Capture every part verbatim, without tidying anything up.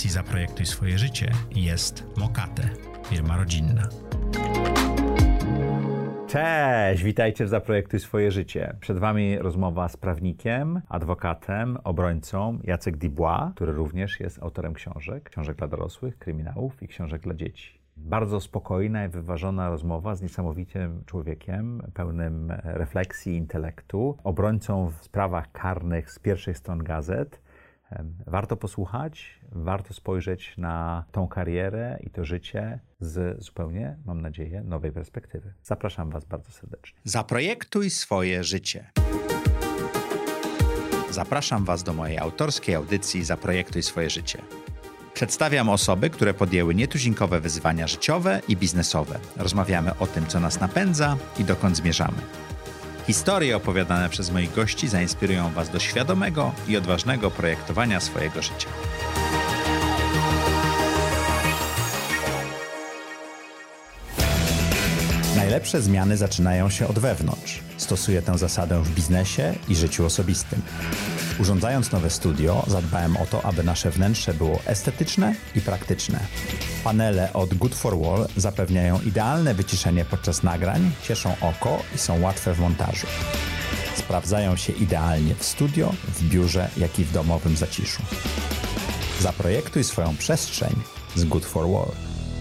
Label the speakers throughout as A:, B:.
A: audycji Zaprojektuj swoje życie jest Mokate, firma rodzinna.
B: Cześć, witajcie w Zaprojektuj swoje życie. Przed Wami rozmowa z prawnikiem, adwokatem, obrońcą Jacek Dubois, który również jest autorem książek, książek dla dorosłych, kryminałów i książek dla dzieci. Bardzo spokojna i wyważona rozmowa z niesamowitym człowiekiem, pełnym refleksji i intelektu, obrońcą w sprawach karnych z pierwszych stron gazet. Warto posłuchać, warto spojrzeć na tą karierę i to życie z zupełnie, mam nadzieję, nowej perspektywy. Zapraszam Was bardzo serdecznie.
A: Zaprojektuj swoje życie. Zapraszam Was do mojej autorskiej audycji Zaprojektuj swoje życie. Przedstawiam osoby, które podjęły nietuzinkowe wyzwania życiowe i biznesowe. Rozmawiamy o tym, co nas napędza i dokąd zmierzamy. Historie opowiadane przez moich gości zainspirują Was do świadomego i odważnego projektowania swojego życia.
B: Najlepsze zmiany zaczynają się od wewnątrz. Stosuję tę zasadę w biznesie i życiu osobistym. Urządzając nowe studio, zadbałem o to, aby nasze wnętrze było estetyczne i praktyczne. Panele od Good for Wall zapewniają idealne wyciszenie podczas nagrań, cieszą oko i są łatwe w montażu. Sprawdzają się idealnie w studio, w biurze, jak i w domowym zaciszu. Zaprojektuj swoją przestrzeń z Good for Wall.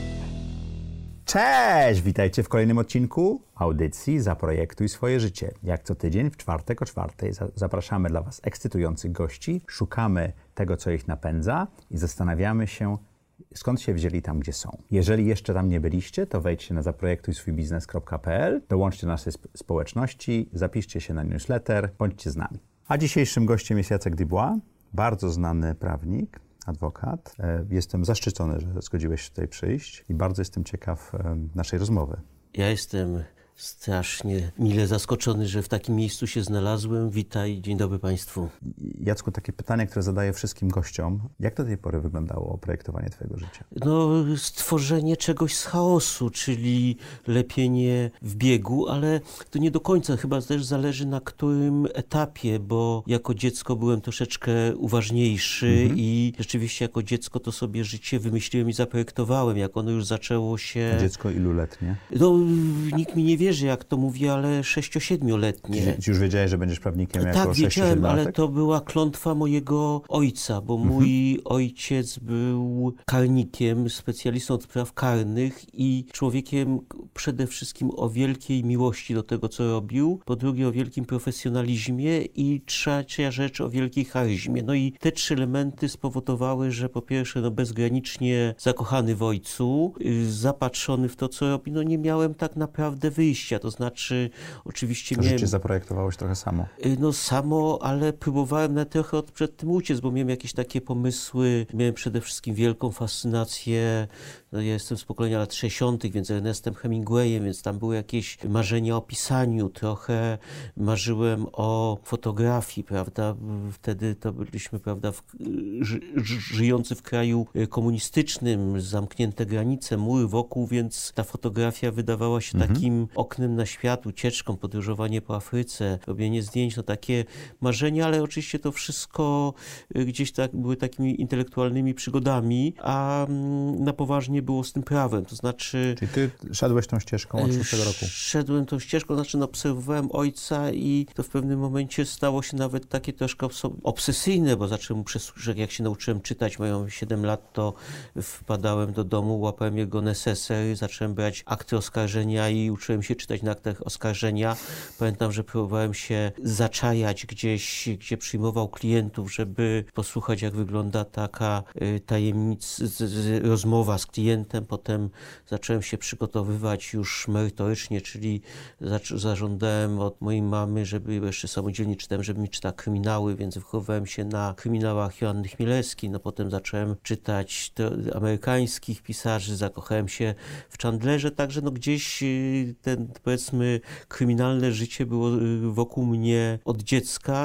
B: Cześć! Witajcie w kolejnym odcinku audycji Zaprojektuj swoje życie. Jak co tydzień w czwartek o czwartej zapraszamy dla Was ekscytujących gości, szukamy tego, co ich napędza i zastanawiamy się, skąd się wzięli tam, gdzie są. Jeżeli jeszcze tam nie byliście, to wejdźcie na zaprojektuj swój biznes kropka p l, dołączcie do naszej społeczności, zapiszcie się na newsletter, bądźcie z nami. A dzisiejszym gościem jest Jacek Dubois, bardzo znany prawnik, adwokat. Jestem zaszczycony, że zgodziłeś się tutaj przyjść i bardzo jestem ciekaw naszej rozmowy.
C: Ja jestem strasznie mile zaskoczony, że w takim miejscu się znalazłem. Witaj, dzień dobry Państwu.
B: Jacku, takie pytanie, które zadaję wszystkim gościom. Jak do tej pory wyglądało projektowanie Twojego życia?
C: No, stworzenie czegoś z chaosu, czyli lepienie w biegu, ale to nie do końca. Chyba też zależy na którym etapie, bo jako dziecko byłem troszeczkę uważniejszy mhm. i rzeczywiście jako dziecko to sobie życie wymyśliłem i zaprojektowałem. Jak ono już zaczęło się...
B: Dziecko iluletnie?
C: No, nikt mi nie wierzy, jak to mówię, ale sześcio-siedmioletnie.
B: Czy już wiedziałeś, że będziesz prawnikiem jako
C: Tak, wiedziałem, ale
B: latek?
C: to była klątwa mojego ojca, bo mój mhm. ojciec był karnikiem, specjalistą od spraw karnych i człowiekiem przede wszystkim o wielkiej miłości do tego, co robił, po drugie o wielkim profesjonalizmie i trzecia rzecz o wielkiej charyzmie. No i te trzy elementy spowodowały, że po pierwsze no bezgranicznie zakochany w ojcu, zapatrzony w to, co robi, no nie miałem tak naprawdę wyjścia. To znaczy, oczywiście
B: to
C: miałem...
B: życie zaprojektowałeś trochę samo.
C: No samo, ale próbowałem na trochę od, przed tym uciec, bo miałem jakieś takie pomysły. Miałem przede wszystkim wielką fascynację. No, ja jestem z pokolenia lat sześćdziesiątych, więc Ernestem Hemingwayem, więc tam były jakieś marzenia o pisaniu. Trochę marzyłem o fotografii, prawda? Wtedy to byliśmy, prawda, w, ży, żyjący w kraju komunistycznym, zamknięte granice, mury wokół, więc ta fotografia wydawała się mhm. takim oknem na świat, ucieczką, podróżowanie po Afryce, robienie zdjęć, no takie marzenia, ale oczywiście to wszystko gdzieś tak były takimi intelektualnymi przygodami, a na poważnie było z tym prawem, to znaczy...
B: Czyli ty szedłeś tą ścieżką od szóstego roku?
C: Szedłem tą ścieżką, znaczy no, obserwowałem ojca i to w pewnym momencie stało się nawet takie troszkę obsesyjne, bo zacząłem, że jak się nauczyłem czytać, mając siedem lat, to wpadałem do domu, łapałem jego neseser, zacząłem brać akty oskarżenia i uczyłem się czytać na aktach oskarżenia. Pamiętam, że próbowałem się zaczajać gdzieś, gdzie przyjmował klientów, żeby posłuchać, jak wygląda taka tajemnica, rozmowa z klientem. Potem zacząłem się przygotowywać już merytorycznie, czyli zażądałem od mojej mamy, żeby jeszcze samodzielnie czytałem, żeby mi czytała kryminały, więc wychowywałem się na kryminałach Joanny Chmielewskiej. No potem zacząłem czytać amerykańskich pisarzy, zakochałem się w Chandlerze, także no gdzieś ten, powiedzmy, kryminalne życie było wokół mnie od dziecka.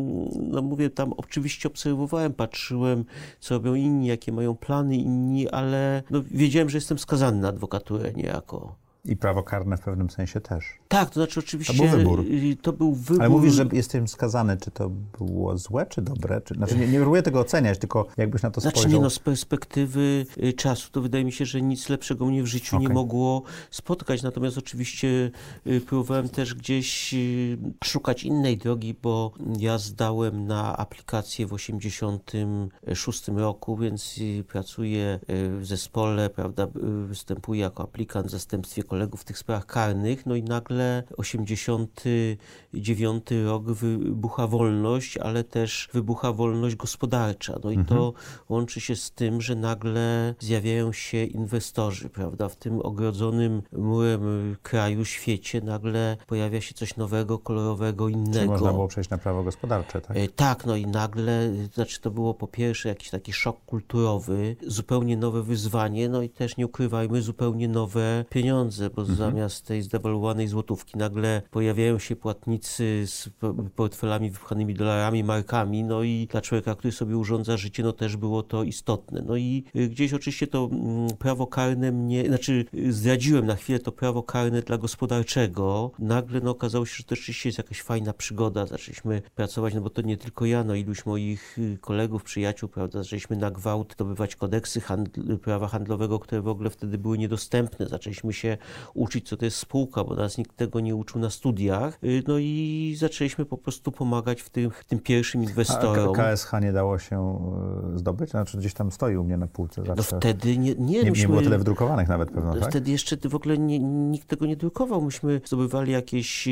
C: No mówię, tam oczywiście obserwowałem, patrzyłem, co robią inni, jakie mają plany inni, ale no, wiedziałem, że jestem skazany na adwokaturę niejako.
B: I prawo karne w pewnym sensie też.
C: Tak, to znaczy oczywiście...
B: To był wybór.
C: To był wybór.
B: Ale mówisz, że jestem skazany, czy to było złe, czy dobre? Czy, znaczy nie, nie próbuję tego oceniać, tylko jakbyś na to
C: znaczy,
B: spojrzał.
C: Nie, no, z perspektywy czasu to wydaje mi się, że nic lepszego mnie w życiu okay. nie mogło spotkać. Natomiast oczywiście próbowałem też gdzieś szukać innej drogi, bo ja zdałem na aplikację w osiemdziesiątym szóstym roku, więc pracuję w zespole, prawda, występuję jako aplikant w zastępstwie kolegów w tych sprawach karnych, no i nagle osiemdziesiąty dziewiąty rok wybucha wolność, ale też wybucha wolność gospodarcza. No i mhm. to łączy się z tym, że nagle zjawiają się inwestorzy, prawda, w tym ogrodzonym murem kraju, świecie, nagle pojawia się coś nowego, kolorowego, innego.
B: Czyli można było przejść na prawo gospodarcze, tak?
C: Tak, no i nagle, znaczy to było po pierwsze jakiś taki szok kulturowy, zupełnie nowe wyzwanie, no i też nie ukrywajmy, zupełnie nowe pieniądze, bo mhm. zamiast tej zdewaluowanej złotówki nagle pojawiają się płatnicy z portfelami wypchanymi dolarami, markami, no i dla człowieka, który sobie urządza życie, no też było to istotne. No i gdzieś oczywiście to prawo karne mnie, znaczy zdradziłem na chwilę to prawo karne dla gospodarczego. Nagle no okazało się, że to rzeczywiście jest jakaś fajna przygoda. Zaczęliśmy pracować, no bo to nie tylko ja, no iluś moich kolegów, przyjaciół, prawda, zaczęliśmy na gwałt zdobywać kodeksy handl- prawa handlowego, które w ogóle wtedy były niedostępne. Zaczęliśmy się uczyć, co to jest spółka, bo nas nikt tego nie uczył na studiach. No i zaczęliśmy po prostu pomagać w tym, w tym pierwszym inwestorom.
B: A K S H nie dało się zdobyć? Znaczy gdzieś tam stoi u mnie na półce zawsze.
C: No wtedy nie... Nie,
B: nie,
C: myśmy,
B: nie było tyle wdrukowanych nawet pewno, tak?
C: Wtedy jeszcze w ogóle nie, nikt tego nie drukował. Myśmy zdobywali jakieś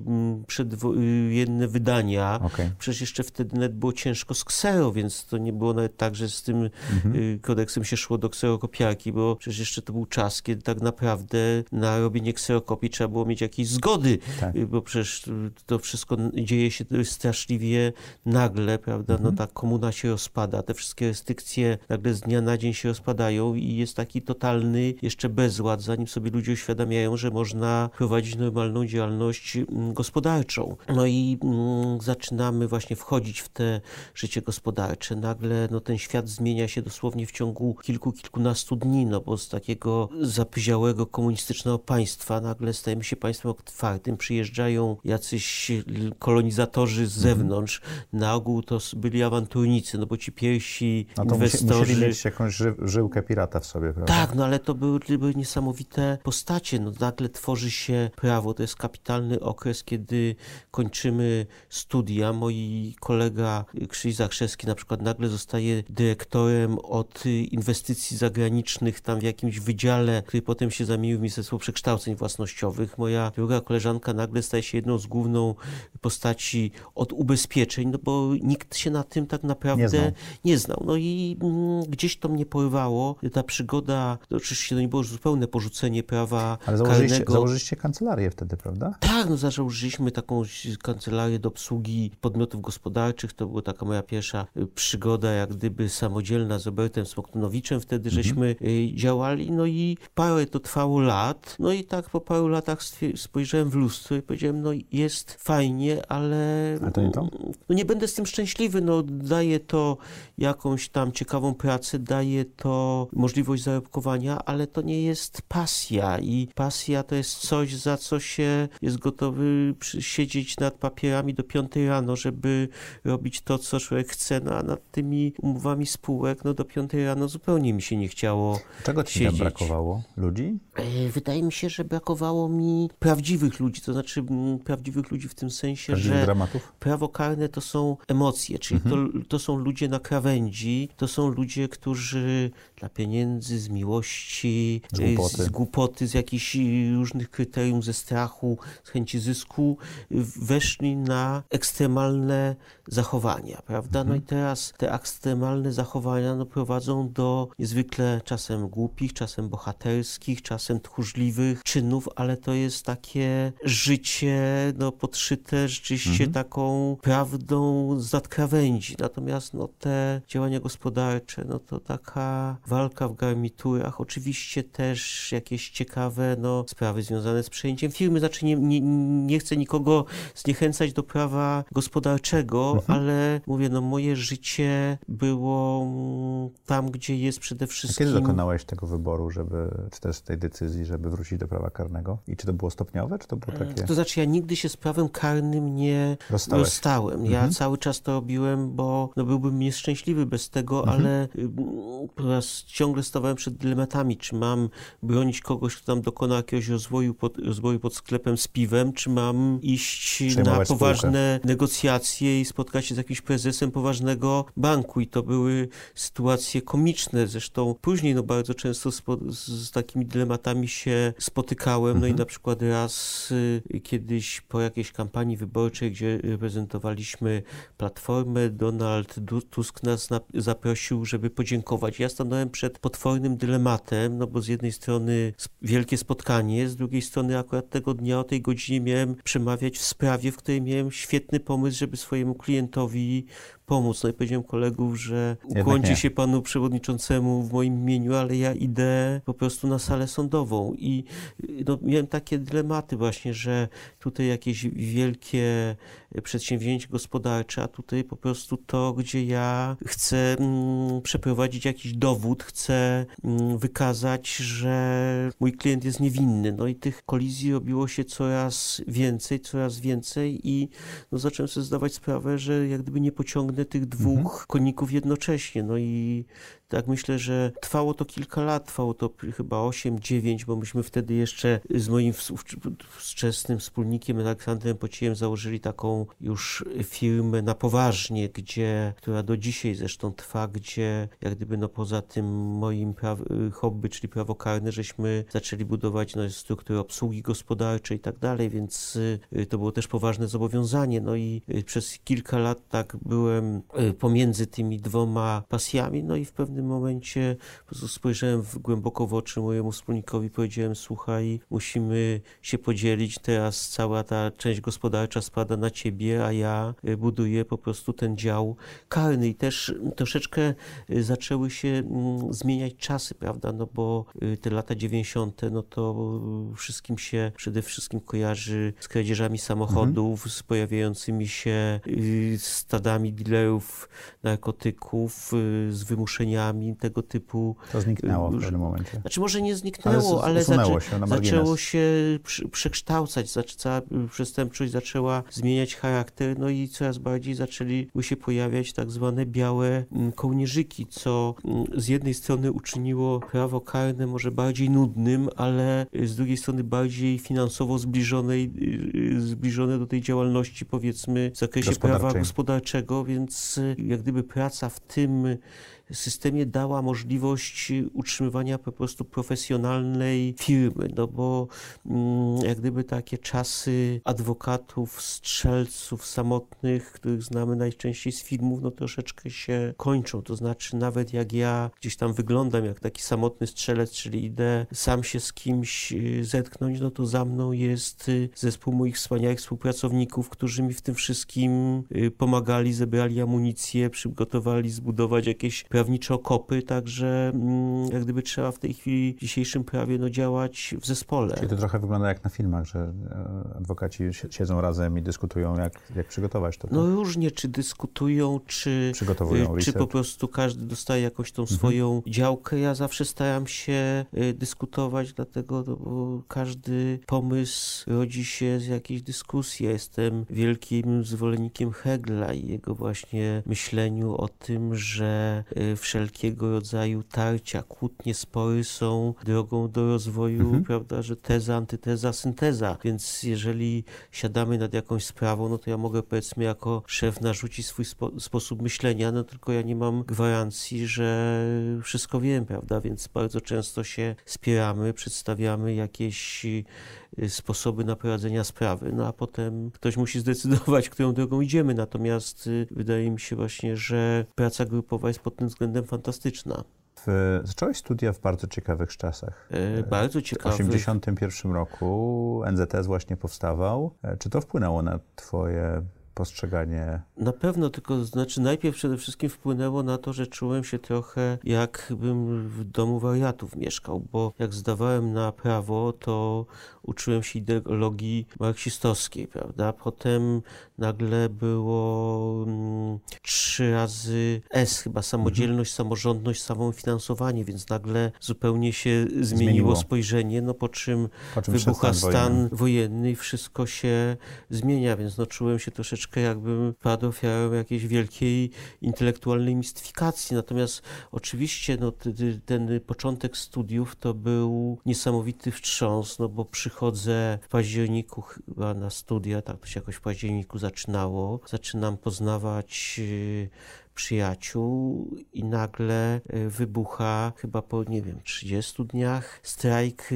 C: przedwojenne wydania. Okay. Przecież jeszcze wtedy nawet było ciężko z ksero, więc to nie było nawet tak, że z tym mhm. kodeksem się szło do kserokopiarki, bo przecież jeszcze to był czas, kiedy tak naprawdę na robienie kserokopii trzeba było mieć jakieś zgody, tak. bo przecież to wszystko dzieje się straszliwie nagle, prawda? Mhm. No ta komuna się rozpada, te wszystkie restrykcje nagle z dnia na dzień się rozpadają i jest taki totalny jeszcze bezład, zanim sobie ludzie uświadamiają, że można prowadzić normalną działalność gospodarczą. No i mm, zaczynamy właśnie wchodzić w te życie gospodarcze. Nagle no, ten świat zmienia się dosłownie w ciągu kilku, kilkunastu dni, no bo z takiego zapyziałego komunistycznego państwa nagle stajemy się państwem otwartym, przyjeżdżają jacyś kolonizatorzy z zewnątrz. Na ogół to byli awanturnicy, no bo ci pierwsi
B: no to
C: inwestorzy...
B: musieli mieć jakąś ży żyłkę pirata w sobie, prawda?
C: Tak, no ale to były, były niesamowite postacie. No nagle tworzy się prawo. To jest kapitalny okres, kiedy kończymy studia. Moi kolega Krzyś Zakrzewski na przykład nagle zostaje dyrektorem od inwestycji zagranicznych tam w jakimś wydziale, który potem się zamienił w Ministerstwo Przekształceń Własnościowych. Moja druga koleżanka nagle staje się jedną z główną postaci od ubezpieczeń, no bo nikt się na tym tak naprawdę nie znał. Nie znał. No i mm, gdzieś to mnie porywało. Ta przygoda, to oczywiście to nie było zupełne porzucenie prawa
B: Ale założyliście,
C: karnego.
B: założyliście kancelarię wtedy, prawda?
C: Tak, no założyliśmy taką kancelarię do obsługi podmiotów gospodarczych. To była taka moja pierwsza przygoda, jak gdyby samodzielna z Robertem Smoktunowiczem. Wtedy mhm. żeśmy działali, no i parę to trwało lat. No i tak po paru latach spojrzałem w lustro i powiedziałem, no jest fajnie, ale
B: A to nie to?
C: No nie będę z tym szczęśliwy, no daje to jakąś tam ciekawą pracę, daje to możliwość zarobkowania, ale to nie jest pasja i pasja to jest coś, za co się jest gotowy siedzieć nad papierami do piątej rano, żeby robić to, co człowiek chce, no, a nad tymi umowami spółek, no do piątej rano zupełnie mi się nie chciało
B: Czego ci
C: siedzieć.
B: tam brakowało? Ludzi?
C: Wydaje mi się, że brakowało mi prawdziwych ludzi, to znaczy m, prawdziwych ludzi w tym sensie,
B: prawdziwych
C: że
B: dramatów?
C: prawo karne to są emocje, czyli mhm. to, to są ludzie na krawędzi, to są ludzie, którzy dla pieniędzy, z miłości,
B: z głupoty,
C: z, z, głupoty, z jakichś różnych kryterium, ze strachu, z chęci zysku, weszli na ekstremalne zachowania, prawda? Mhm. No i teraz te ekstremalne zachowania no, prowadzą do niezwykle czasem głupich, czasem bohaterskich, czasem tchórzliwych czynów, ale to jest takie życie no, podszyte rzeczywiście mhm. taką prawdą z krawędzi. Natomiast no, te działania gospodarcze, no to taka walka w garniturach, oczywiście też jakieś ciekawe no, sprawy związane z przejęciem firmy. Znaczy nie, nie, nie chcę nikogo zniechęcać do prawa gospodarczego, mhm. ale mówię, no moje życie było tam, gdzie jest przede wszystkim...
B: A kiedy dokonałeś tego wyboru, żeby, czy też tej decyzji, żeby wrócić do prawa karnego? I czy to było stopniowe, czy to było takie...
C: To znaczy ja nigdy się z prawem karnym nie
B: Rozstałeś.
C: rozstałem. Ja mhm. cały czas to robiłem, bo no, byłbym nieszczęśliwy bez tego, mhm. ale raz ciągle stawałem przed dylematami, czy mam bronić kogoś, kto tam dokona jakiegoś rozwoju pod, rozwoju pod sklepem z piwem, czy mam iść
B: Przejmować
C: na poważne
B: spółkę.
C: negocjacje i spotkać się z jakimś prezesem poważnego banku. I to były sytuacje komiczne. Zresztą później no, bardzo często spo, z, z takimi dylematami się spotykałem. No mhm. i na przykład raz y, kiedyś po jakiejś kampanii wyborczej, gdzie reprezentowaliśmy Platformę, Donald Tusk nas na, zaprosił, żeby podziękować. Ja stanąłem przed potwornym dylematem, no bo z jednej strony wielkie spotkanie, z drugiej strony akurat tego dnia o tej godzinie miałem przemawiać w sprawie, w której miałem świetny pomysł, żeby swojemu klientowi pomóc. No i powiedziałem kolegów, że ukłoncie się panu przewodniczącemu w moim imieniu, ale ja idę po prostu na salę sądową. I no, miałem takie dylematy właśnie, że tutaj jakieś wielkie przedsięwzięcie gospodarcze, a tutaj po prostu to, gdzie ja chcę mm, przeprowadzić jakiś dowód, chcę mm, wykazać, że mój klient jest niewinny. No i tych kolizji robiło się coraz więcej, coraz więcej i no, zacząłem sobie zdawać sprawę, że jak gdyby nie pociągnę tych dwóch mhm. koników jednocześnie. No i tak myślę, że trwało to kilka lat, trwało to chyba osiem, dziewięć, bo myśmy wtedy jeszcze z moim wczesnym wspólnikiem Aleksandrem Pociejem założyli taką już firmę na poważnie, gdzie, która do dzisiaj zresztą trwa, gdzie jak gdyby no poza tym moim pra- hobby, czyli prawo karne, żeśmy zaczęli budować no, strukturę obsługi gospodarczej i tak dalej, więc y, to było też poważne zobowiązanie. No i y, przez kilka lat tak byłem y, pomiędzy tymi dwoma pasjami, no i w pewnym momencie po prostu spojrzałem w, głęboko w oczy mojemu wspólnikowi, powiedziałem, słuchaj, musimy się podzielić, teraz cała ta część gospodarcza spada na ciebie, a ja buduję po prostu ten dział karny i też troszeczkę zaczęły się zmieniać czasy, prawda, no bo te lata dziewięćdziesiąte, no to wszystkim się przede wszystkim kojarzy z kradzieżami samochodów, mhm. z pojawiającymi się stadami dealerów narkotyków, z wymuszeniami tego typu...
B: To zniknęło w pewnym momencie.
C: Znaczy może nie zniknęło, ale, ale zaczę,
B: się
C: zaczęło się przekształcać, cała przestępczość zaczęła zmieniać charakter, no i coraz bardziej zaczęły się pojawiać tak zwane białe kołnierzyki, co z jednej strony uczyniło prawo karne może bardziej nudnym, ale z drugiej strony bardziej finansowo zbliżonej, zbliżone do tej działalności, powiedzmy, w zakresie prawa gospodarczego, więc jak gdyby praca w tym systemie dała możliwość utrzymywania po prostu profesjonalnej firmy, no bo mm, jak gdyby takie czasy adwokatów, strzelców samotnych, których znamy najczęściej z filmów, no troszeczkę się kończą, to znaczy nawet jak ja gdzieś tam wyglądam jak taki samotny strzelec, czyli idę sam się z kimś zetknąć, no to za mną jest zespół moich wspaniałych współpracowników, którzy mi w tym wszystkim pomagali, zebrali amunicję, przygotowali zbudować jakieś prawnicze okopy, także jak gdyby trzeba w tej chwili w dzisiejszym prawie no, działać w zespole.
B: Czyli to trochę wygląda jak na filmach, że adwokaci siedzą razem i dyskutują, jak, jak przygotować to. Tak?
C: No różnie, czy dyskutują, czy,
B: Przygotowują
C: czy po prostu każdy dostaje jakąś tą mhm. swoją działkę. Ja zawsze staram się dyskutować, dlatego no, bo każdy pomysł rodzi się z jakiejś dyskusji. Ja jestem wielkim zwolennikiem Hegla i jego właśnie myśleniu o tym, że wszelkiego rodzaju tarcia, kłótnie, spory są drogą do rozwoju, mhm. prawda, że teza, antyteza, synteza. Więc jeżeli siadamy nad jakąś sprawą, no to ja mogę, powiedzmy, jako szef narzucić swój spo- sposób myślenia, no tylko ja nie mam gwarancji, że wszystko wiem, prawda, więc bardzo często się spieramy, przedstawiamy jakieś sposoby na prowadzenia sprawy, no a potem ktoś musi zdecydować, którą drogą idziemy, natomiast wydaje mi się właśnie, że praca grupowa jest pod tym względem fantastyczna.
B: W, zacząłeś studia w bardzo ciekawych czasach.
C: E, bardzo ciekawych.
B: W osiemdziesiątym pierwszym roku N Z S właśnie powstawał. Czy to wpłynęło na twoje postrzeganie?
C: Na pewno, tylko znaczy najpierw przede wszystkim wpłynęło na to, że czułem się trochę jakbym w domu wariatów mieszkał, bo jak zdawałem na prawo, to uczyłem się ideologii marksistowskiej, prawda? Potem nagle było mm, trzy razy S, chyba samodzielność, mhm. samorządność, samofinansowanie, więc nagle zupełnie się zmieniło, zmieniło. spojrzenie, no po czym, po czym wybucha stan, stan wojenny. wojenny i wszystko się zmienia, więc no czułem się troszeczkę jakbym padł ofiarą jakiejś wielkiej intelektualnej mistyfikacji. Natomiast oczywiście no, ten początek studiów to był niesamowity wstrząs, no bo przychodzę w październiku chyba na studia, tak to się jakoś w październiku zaczynało. Zaczynam poznawać przyjaciół i nagle wybucha chyba po, nie wiem, trzydziestu dniach strajk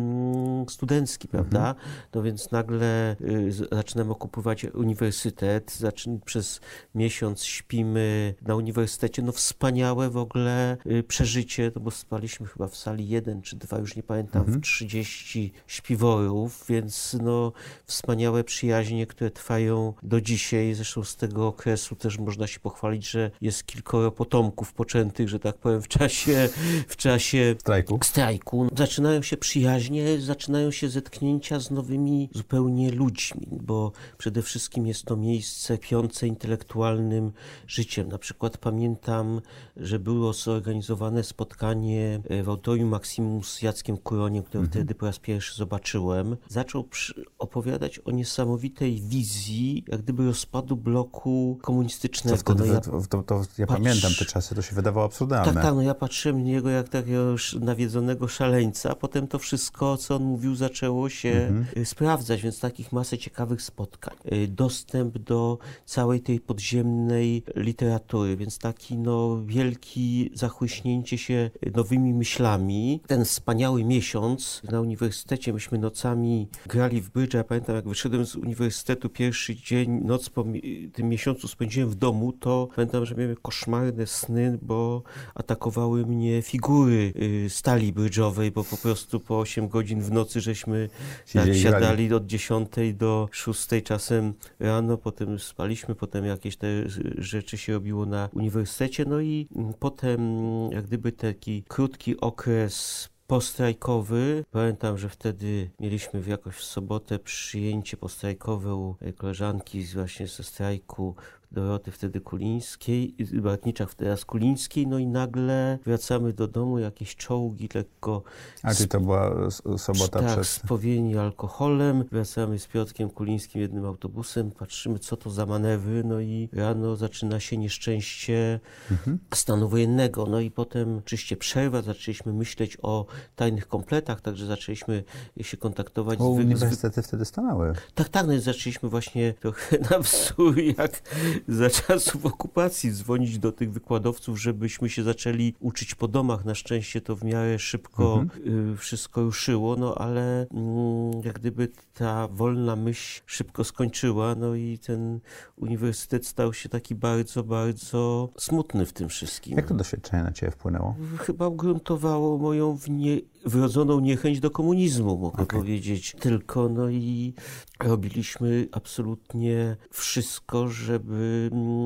C: studencki, prawda? Mhm. No więc nagle zaczynamy okupować uniwersytet, zaczyn- przez miesiąc śpimy na uniwersytecie, no wspaniałe w ogóle przeżycie, no bo spaliśmy chyba w sali jeden czy dwa, już nie pamiętam, mhm. w trzydzieści śpiworów, więc no wspaniałe przyjaźnie, które trwają do dzisiaj, zresztą z tego okresu też można się pochwalić, że jest kilkoro potomków poczętych, że tak powiem, w czasie, w czasie
B: strajku.
C: strajku. Zaczynają się przyjaźnie, zaczynają się zetknięcia z nowymi zupełnie ludźmi, bo przede wszystkim jest to miejsce piące intelektualnym życiem. Na przykład pamiętam, że było zorganizowane spotkanie w audytorium Maksimum z Jackiem Kuroniem, którego mhm. wtedy po raz pierwszy zobaczyłem. Zaczął przy- opowiadać o niesamowitej wizji, jak gdyby rozpadu bloku komunistycznego.
B: To wtedy,
C: no ja...
B: to, to ja Patrz... pamiętam te czasy, to się wydawało absurdalne.
C: Tak, tak, no ja patrzyłem na niego jak takiego już nawiedzonego szaleńca, a potem to wszystko, co on mówił, zaczęło się mhm. sprawdzać, więc takich masę ciekawych spotkań. Dostęp do całej tej podziemnej literatury, więc taki no wielki zachłyśnięcie się nowymi myślami. Ten wspaniały miesiąc na uniwersytecie, myśmy nocami grali w brydża, ja pamiętam jak wyszedłem z uniwersytetu pierwszy dzień, noc po tym miesiącu spędziłem w domu, to pamiętam, że miałem koszmarne sny, bo atakowały mnie figury stali brydżowej, bo po prostu po osiem godzin w nocy żeśmy tak siadali od dziesiątej do szóstej czasem rano, potem spaliśmy, potem jakieś te rzeczy się robiło na uniwersytecie, no i potem jak gdyby taki krótki okres postrajkowy. Pamiętam, że wtedy mieliśmy w jakoś w sobotę przyjęcie postrajkowe u koleżanki właśnie ze strajku Doroty wtedy Kulińskiej, Bartniczak teraz Kulińskiej, no i nagle wracamy do domu, jakieś czołgi lekko...
B: A czy to była sobota
C: tak,
B: przez...
C: spowieni alkoholem, wracamy z Piotrkiem Kulińskim jednym autobusem, patrzymy co to za manewry, no i rano zaczyna się nieszczęście mhm. stanu wojennego, no i potem oczywiście przerwa, zaczęliśmy myśleć o tajnych kompletach, także zaczęliśmy się kontaktować
B: o,
C: z...
B: uniwersytety z... wtedy stanęły.
C: Tak, tak, no i zaczęliśmy właśnie trochę na wzór, jak za czasów okupacji dzwonić do tych wykładowców, żebyśmy się zaczęli uczyć po domach. Na szczęście to w miarę szybko mhm. y, wszystko ruszyło, no ale mm, jak gdyby ta wolna myśl szybko skończyła, no i ten uniwersytet stał się taki bardzo, bardzo smutny w tym wszystkim.
B: Jak to doświadczenie na ciebie wpłynęło?
C: Chyba ugruntowało moją wnie, wrodzoną niechęć do komunizmu, mogę okay. powiedzieć. Tylko, no i robiliśmy absolutnie wszystko, żeby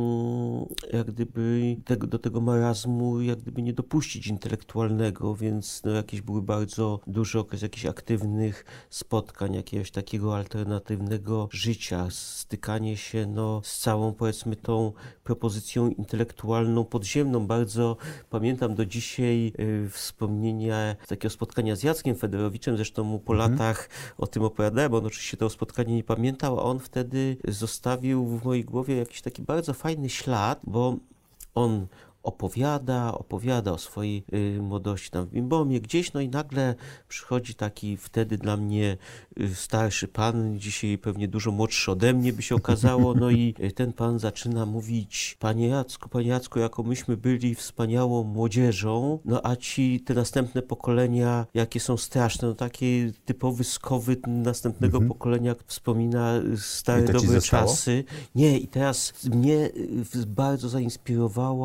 C: jak gdyby tego, do tego marazmu jak gdyby nie dopuścić intelektualnego, więc no, jakieś były bardzo duży okres jakichś aktywnych spotkań, jakiegoś takiego alternatywnego życia, stykanie się no, z całą powiedzmy tą propozycją intelektualną podziemną. Bardzo pamiętam do dzisiaj y, wspomnienia takiego spotkania z Jackiem Federowiczem, zresztą mu po mhm. latach o tym opowiadałem, on oczywiście tego spotkania nie pamiętał, a on wtedy zostawił w mojej głowie jakiś taki bardzo fajny ślad, bo on opowiada, opowiada o swojej y, młodości tam w Bimbomie gdzieś, no i nagle przychodzi taki wtedy dla mnie y, starszy pan, dzisiaj pewnie dużo młodszy ode mnie by się okazało, no i y, ten pan zaczyna mówić: panie Jacku, panie Jacku, jako myśmy byli wspaniałą młodzieżą, no a ci te następne pokolenia, jakie są straszne, no taki typowy skowyt następnego mm-hmm. pokolenia wspomina stare dobre czasy. Nie, i teraz mnie y, bardzo zainspirowała y,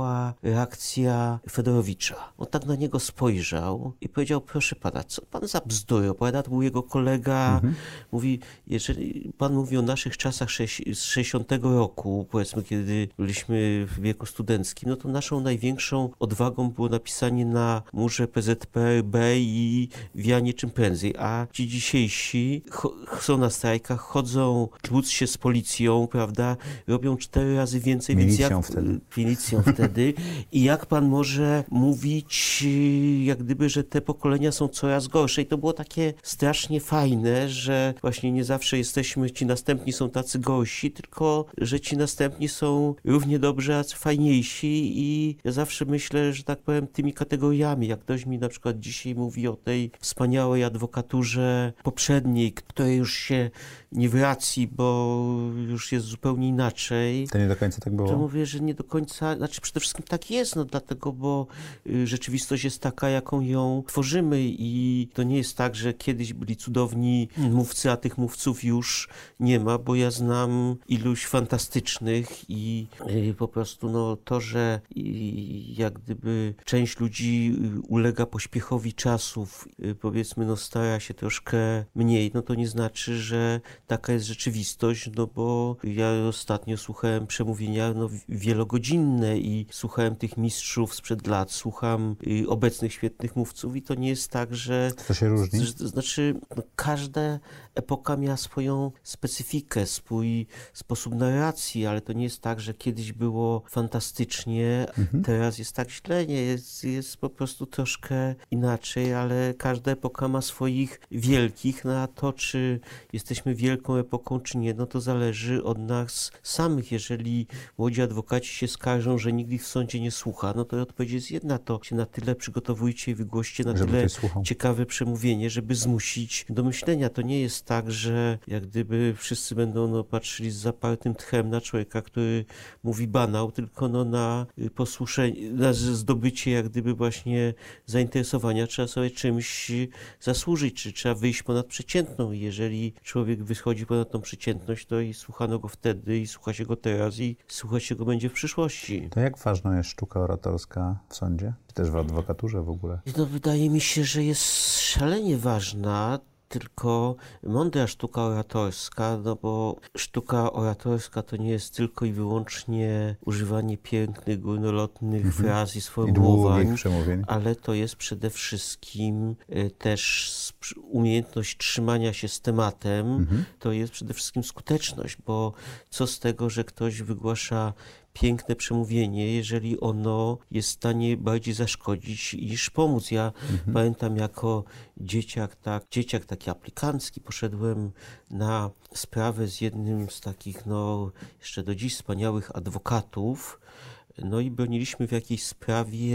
C: reakcja Fedorowicza. On tak na niego spojrzał i powiedział, proszę pana, co pan za bzdury opowiada? To był jego kolega. Mhm. Mówi, jeżeli pan mówi o naszych czasach z sześćdziesiątego roku, powiedzmy, kiedy byliśmy w wieku studenckim, no to naszą największą odwagą było napisanie na murze P Z P R B i wijanie czym prędzej, a ci dzisiejsi są na strajkach, chodzą tłuc się z policją, prawda, robią cztery razy więcej.
B: Milicją
C: więc jak,
B: wtedy.
C: Milicją wtedy. I jak pan może mówić, jak gdyby, że te pokolenia są coraz gorsze. I to było takie strasznie fajne, że właśnie nie zawsze jesteśmy, ci następni są tacy gorsi, tylko że ci następni są równie dobrze, a fajniejsi. I ja zawsze myślę, że tak powiem, tymi kategoriami. Jak ktoś mi na przykład dzisiaj mówi o tej wspaniałej adwokaturze poprzedniej, której już się nie wraci, bo już jest zupełnie inaczej.
B: To nie do końca tak było?
C: To mówię, że nie do końca, znaczy przede wszystkim tak jest, no dlatego, bo y, rzeczywistość jest taka, jaką ją tworzymy i to nie jest tak, że kiedyś byli cudowni mówcy, a tych mówców już nie ma, bo ja znam iluś fantastycznych i y, po prostu no to, że y, jak gdyby część ludzi ulega pośpiechowi czasów, y, powiedzmy no stara się troszkę mniej, no to nie znaczy, że taka jest rzeczywistość, no bo ja ostatnio słuchałem przemówienia no, wielogodzinne i słuchałem tych mistrzów sprzed lat, słucham y, obecnych świetnych mówców i to nie jest tak, że...
B: To się różni?
C: Że, to znaczy, no, każda epoka miała swoją specyfikę, swój sposób narracji, ale to nie jest tak, że kiedyś było fantastycznie, mhm. teraz jest tak źle, nie, jest, jest po prostu troszkę inaczej, ale każda epoka ma swoich wielkich, no a to, czy jesteśmy wielką epoką, czy nie, no to zależy od nas samych. Jeżeli młodzi adwokaci się skarżą, że nikt ich w sądzie nie słucha, no to odpowiedź jest jedna, to się na tyle przygotowujcie i wygłoście na
B: żeby
C: tyle
B: słuchał.
C: ciekawe przemówienie, żeby zmusić do myślenia. To nie jest tak, że jak gdyby wszyscy będą no, patrzyli z zapartym tchem na człowieka, który mówi banał, tylko no, na posłuszenie, na zdobycie jak gdyby właśnie zainteresowania trzeba sobie czymś zasłużyć, czy trzeba wyjść ponad przeciętną. Jeżeli człowiek wychodzi ponad tą przeciętność, to i słuchano go wtedy, i słucha się go teraz, i słuchać się go będzie w przyszłości.
B: To jak ważna jest sztuka oratorska w sądzie? Czy też w adwokaturze w ogóle?
C: No, wydaje mi się, że jest szalenie ważna. Tylko mądra sztuka oratorska, no bo sztuka oratorska to nie jest tylko i wyłącznie używanie pięknych, górnolotnych mm-hmm. fraz i sformułowań,
B: I
C: ale to jest przede wszystkim też umiejętność trzymania się z tematem, mm-hmm. to jest przede wszystkim skuteczność, bo co z tego, że ktoś wygłasza piękne przemówienie, jeżeli ono jest w stanie bardziej zaszkodzić niż pomóc. Ja mhm. pamiętam jako dzieciak, tak, dzieciak taki aplikancki, poszedłem na sprawę z jednym z takich, no jeszcze do dziś wspaniałych adwokatów, no i broniliśmy w jakiejś sprawie,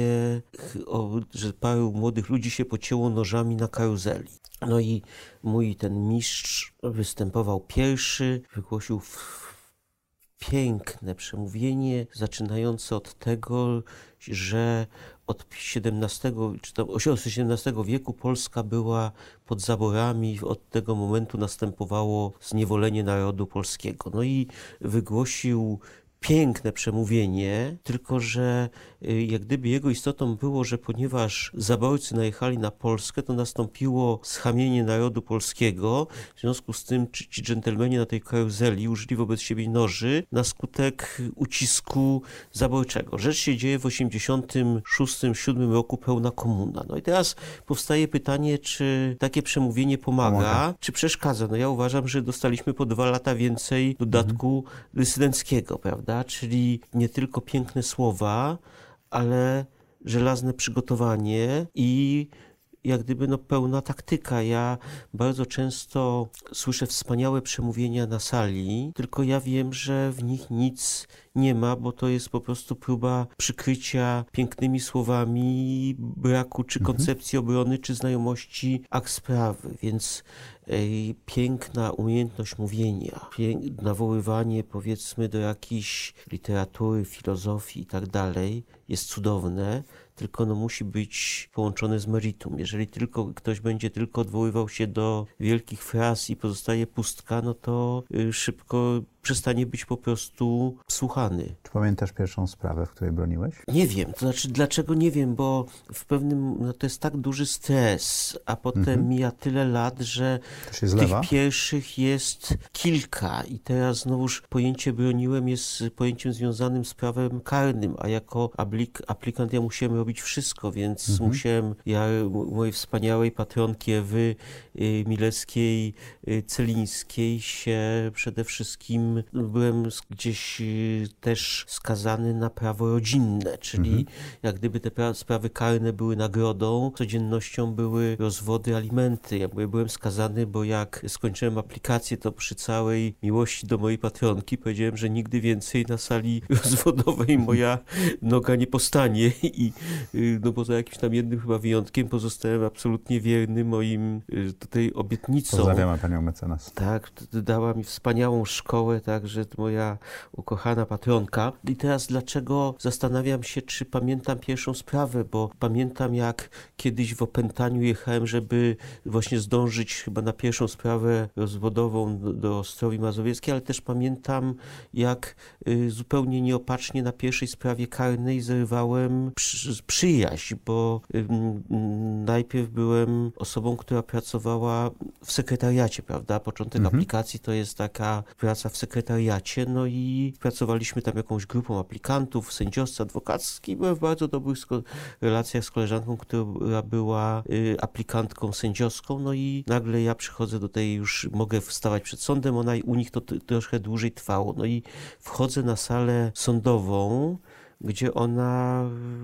C: o, że paru młodych ludzi się pocięło nożami na karuzeli. No i mój ten mistrz występował pierwszy, wygłosił w piękne przemówienie, zaczynające od tego, że od siedemnastego czy tam osiemnastego wieku Polska była pod zaborami, od tego momentu następowało zniewolenie narodu polskiego. No i wygłosił piękne przemówienie, tylko że jak gdyby jego istotą było, że ponieważ zaborcy najechali na Polskę, to nastąpiło schamienie narodu polskiego. W związku z tym ci, ci dżentelmeni na tej karuzeli użyli wobec siebie noży na skutek ucisku zaborczego. Rzecz się dzieje w osiemdziesiątym szóstym siódmym roku, pełna komuna. No i teraz powstaje pytanie, czy takie przemówienie pomaga, pomaga. czy przeszkadza. No ja uważam, że dostaliśmy po dwa lata więcej dodatku mhm. dysydenckiego, prawda? Czyli nie tylko piękne słowa, ale żelazne przygotowanie i jak gdyby no pełna taktyka. Ja bardzo często słyszę wspaniałe przemówienia na sali, tylko ja wiem, że w nich nic nie ma, bo to jest po prostu próba przykrycia pięknymi słowami braku czy koncepcji obrony, czy znajomości akt sprawy, więc ej, piękna umiejętność mówienia, pięk, nawoływanie powiedzmy do jakiejś literatury, filozofii i tak dalej jest cudowne, tylko no musi być połączone z meritum. Jeżeli tylko ktoś będzie tylko odwoływał się do wielkich fraz i pozostaje pustka, no to szybko przestanie być po prostu słuchany.
B: Czy pamiętasz pierwszą sprawę, w której broniłeś?
C: Nie wiem, to znaczy dlaczego nie wiem, bo w pewnym, no to jest tak duży stres, a potem mhm. mija tyle lat, że
B: tych zlewa?
C: pierwszych jest kilka i teraz znowuż pojęcie broniłem jest pojęciem związanym z prawem karnym, a jako aplik- aplikant ja musiałem robić wszystko, więc mhm. musiałem, ja mojej wspaniałej patronki Ewy y, Milewskiej y, Celińskiej się przede wszystkim byłem gdzieś y, też skazany na prawo rodzinne, czyli mhm. jak gdyby te pra- sprawy karne były nagrodą, codziennością były rozwody, alimenty. Ja byłem skazany, bo jak skończyłem aplikację, to przy całej miłości do mojej patronki powiedziałem, że nigdy więcej na sali rozwodowej moja noga nie postanie i no poza jakimś tam jednym chyba wyjątkiem pozostałem absolutnie wierny moim tutaj obietnicom.
B: Pozdrawiamy panią mecenas.
C: Tak, dała mi wspaniałą szkołę, także moja ukochana patronka. I teraz dlaczego zastanawiam się, czy pamiętam pierwszą sprawę, bo pamiętam jak kiedyś w opętaniu jechałem, żeby właśnie zdążyć chyba na pierwszą sprawę rozwodową do Ostrowi Mazowieckiej, ale też pamiętam jak y, zupełnie nieopatrznie na pierwszej sprawie karnej zerwałem przy, przyjaźń, bo y, y, najpierw byłem osobą, która pracowała w sekretariacie, prawda? Początek mhm. aplikacji to jest taka praca w sekretariacie, no i pracowaliśmy tam jakąś grupą aplikantów, sędziowstwa adwokackiej. Byłem w bardzo dobrych sko- relacjach z koleżanką, która była y, aplikantką sędziowską, no i nagle ja przychodzę do tej, już mogę wstawać przed sądem, ona u nich to t- troszkę dłużej trwało. No i wchodzę na salę sądową, gdzie ona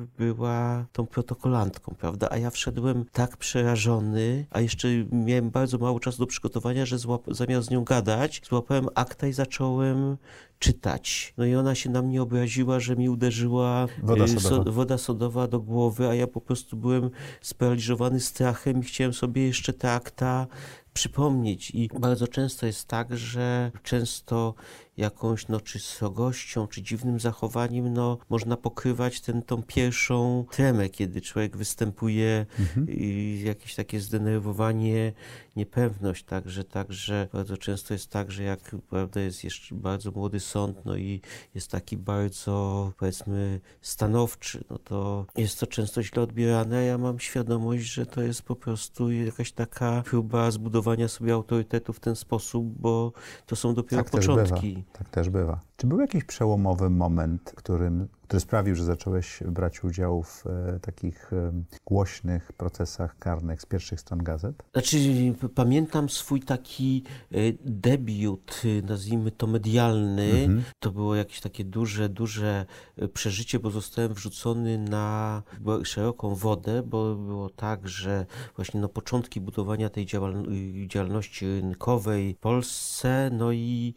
C: była tą protokolantką, prawda? A ja wszedłem tak przerażony, a jeszcze miałem bardzo mało czasu do przygotowania, że złap- zamiast z nią gadać, złapałem akta i zacząłem czytać. No i ona się na mnie obraziła, że mi uderzyła
B: woda sodowa,
C: so, woda sodowa do głowy, a ja po prostu byłem sparaliżowany strachem i chciałem sobie jeszcze te akta przypomnieć. I bardzo często jest tak, że często jakąś no, czy srogością, czy dziwnym zachowaniem, no, można pokrywać ten, tą pierwszą tremę, kiedy człowiek występuje mhm. i jakieś takie zdenerwowanie, niepewność, także, także bardzo często jest tak, że jak prawda jest jeszcze bardzo młody sąd, no i jest taki bardzo, powiedzmy, stanowczy, no to jest to często źle odbierane. Ja mam świadomość, że to jest po prostu jakaś taka próba zbudowania sobie autorytetu w ten sposób, bo to są dopiero
B: tak
C: początki.
B: Też tak też bywa. Czy był jakiś przełomowy moment, którym, który sprawił, że zacząłeś brać udział w e, takich e, głośnych procesach karnych z pierwszych stron gazet?
C: Znaczy, pamiętam swój taki e, debiut, nazwijmy to medialny. Mhm. To było jakieś takie duże, duże przeżycie, bo zostałem wrzucony na szeroką wodę, bo było tak, że właśnie no, początki budowania tej działal- działalności rynkowej w Polsce, no i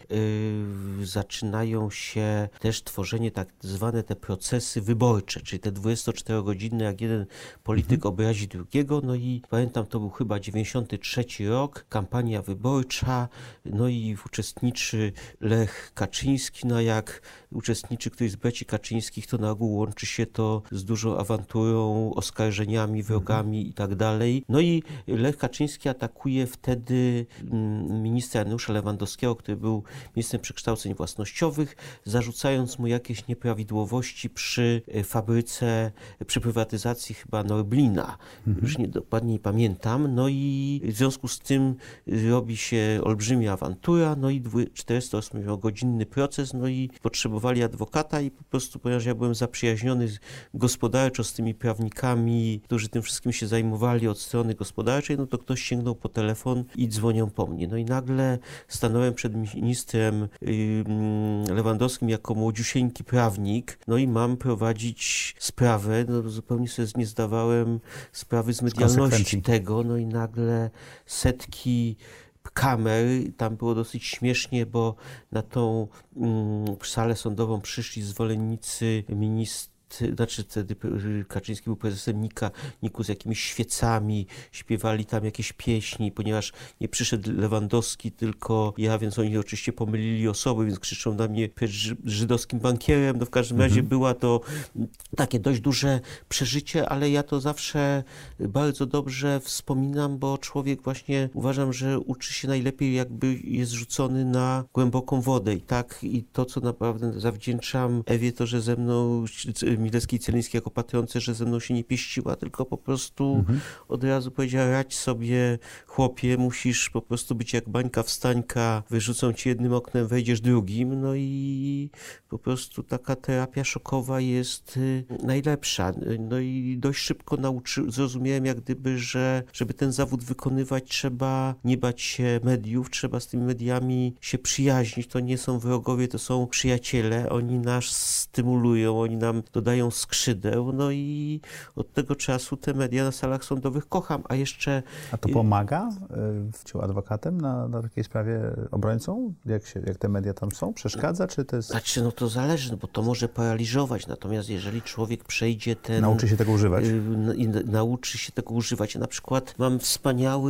C: e, zaczynają się też tworzenie tak zwane te procesy wyborcze, czyli te dwudziestoczterogodzinne, jak jeden polityk mhm. obrazi drugiego, no i pamiętam, to był chyba dziewięćdziesiąty trzeci rok, kampania wyborcza, no i uczestniczy Lech Kaczyński, no jak uczestniczy któryś z braci Kaczyńskich, to na ogół łączy się to z dużą awanturą, oskarżeniami, wrogami mhm. i tak dalej. No i Lech Kaczyński atakuje wtedy ministra Janusza Lewandowskiego, który był ministrem przekształceń własnościowych, zarzucając mu jakieś nieprawidłowości przy fabryce, przy prywatyzacji chyba Norblina. Mhm. Już nie dokładnie nie pamiętam. No i w związku z tym robi się olbrzymia awantura, no i czterdziestoośmiogodzinny proces, no i potrzebowali adwokata i po prostu, ponieważ ja byłem zaprzyjaźniony gospodarczo z tymi prawnikami, którzy tym wszystkim się zajmowali od strony gospodarczej, no to ktoś sięgnął po telefon i dzwonią po mnie. No i nagle stanąłem przed ministrem Lewandowskim jako młodziusieńki prawnik, no i mam prowadzić sprawę, no zupełnie sobie nie zdawałem sprawy z medialności tego, no i nagle setki kamer, tam było dosyć śmiesznie, bo na tą mm, salę sądową przyszli zwolennicy ministra znaczy wtedy Kaczyński był prezesem Nika, Niku z jakimiś świecami, śpiewali tam jakieś pieśni, ponieważ nie przyszedł Lewandowski, tylko ja, więc oni oczywiście pomylili osoby, więc krzyczą na mnie żydowskim bankierem. No w każdym razie mhm. była to takie dość duże przeżycie, ale ja to zawsze bardzo dobrze wspominam, bo człowiek właśnie uważam, że uczy się najlepiej, jakby jest rzucony na głęboką wodę i tak, i to, co naprawdę zawdzięczam Ewie, to, że ze mną Milewskiej i Celińskiej jako patronce, że ze mną się nie pieściła, tylko po prostu mhm. od razu powiedziała: radź sobie, chłopie, musisz po prostu być jak bańka wstańka, wyrzucą ci jednym oknem, wejdziesz drugim, no i po prostu taka terapia szokowa jest najlepsza. No i dość szybko nauczy, zrozumiałem jak gdyby, że żeby ten zawód wykonywać, trzeba nie bać się mediów, trzeba z tymi mediami się przyjaźnić, to nie są wrogowie, to są przyjaciele, oni nas stymulują, oni nam dodają skrzydeł, no i od tego czasu te media na salach sądowych kocham, a jeszcze...
B: A to pomaga byciu adwokatem na, na takiej sprawie obrońcą? Jak, się, jak te media tam są? Przeszkadza, czy to jest...
C: Znaczy, no to zależy, no bo to może paraliżować, natomiast jeżeli człowiek przejdzie ten...
B: Nauczy się tego używać.
C: I nauczy się tego używać. Ja na przykład mam wspaniały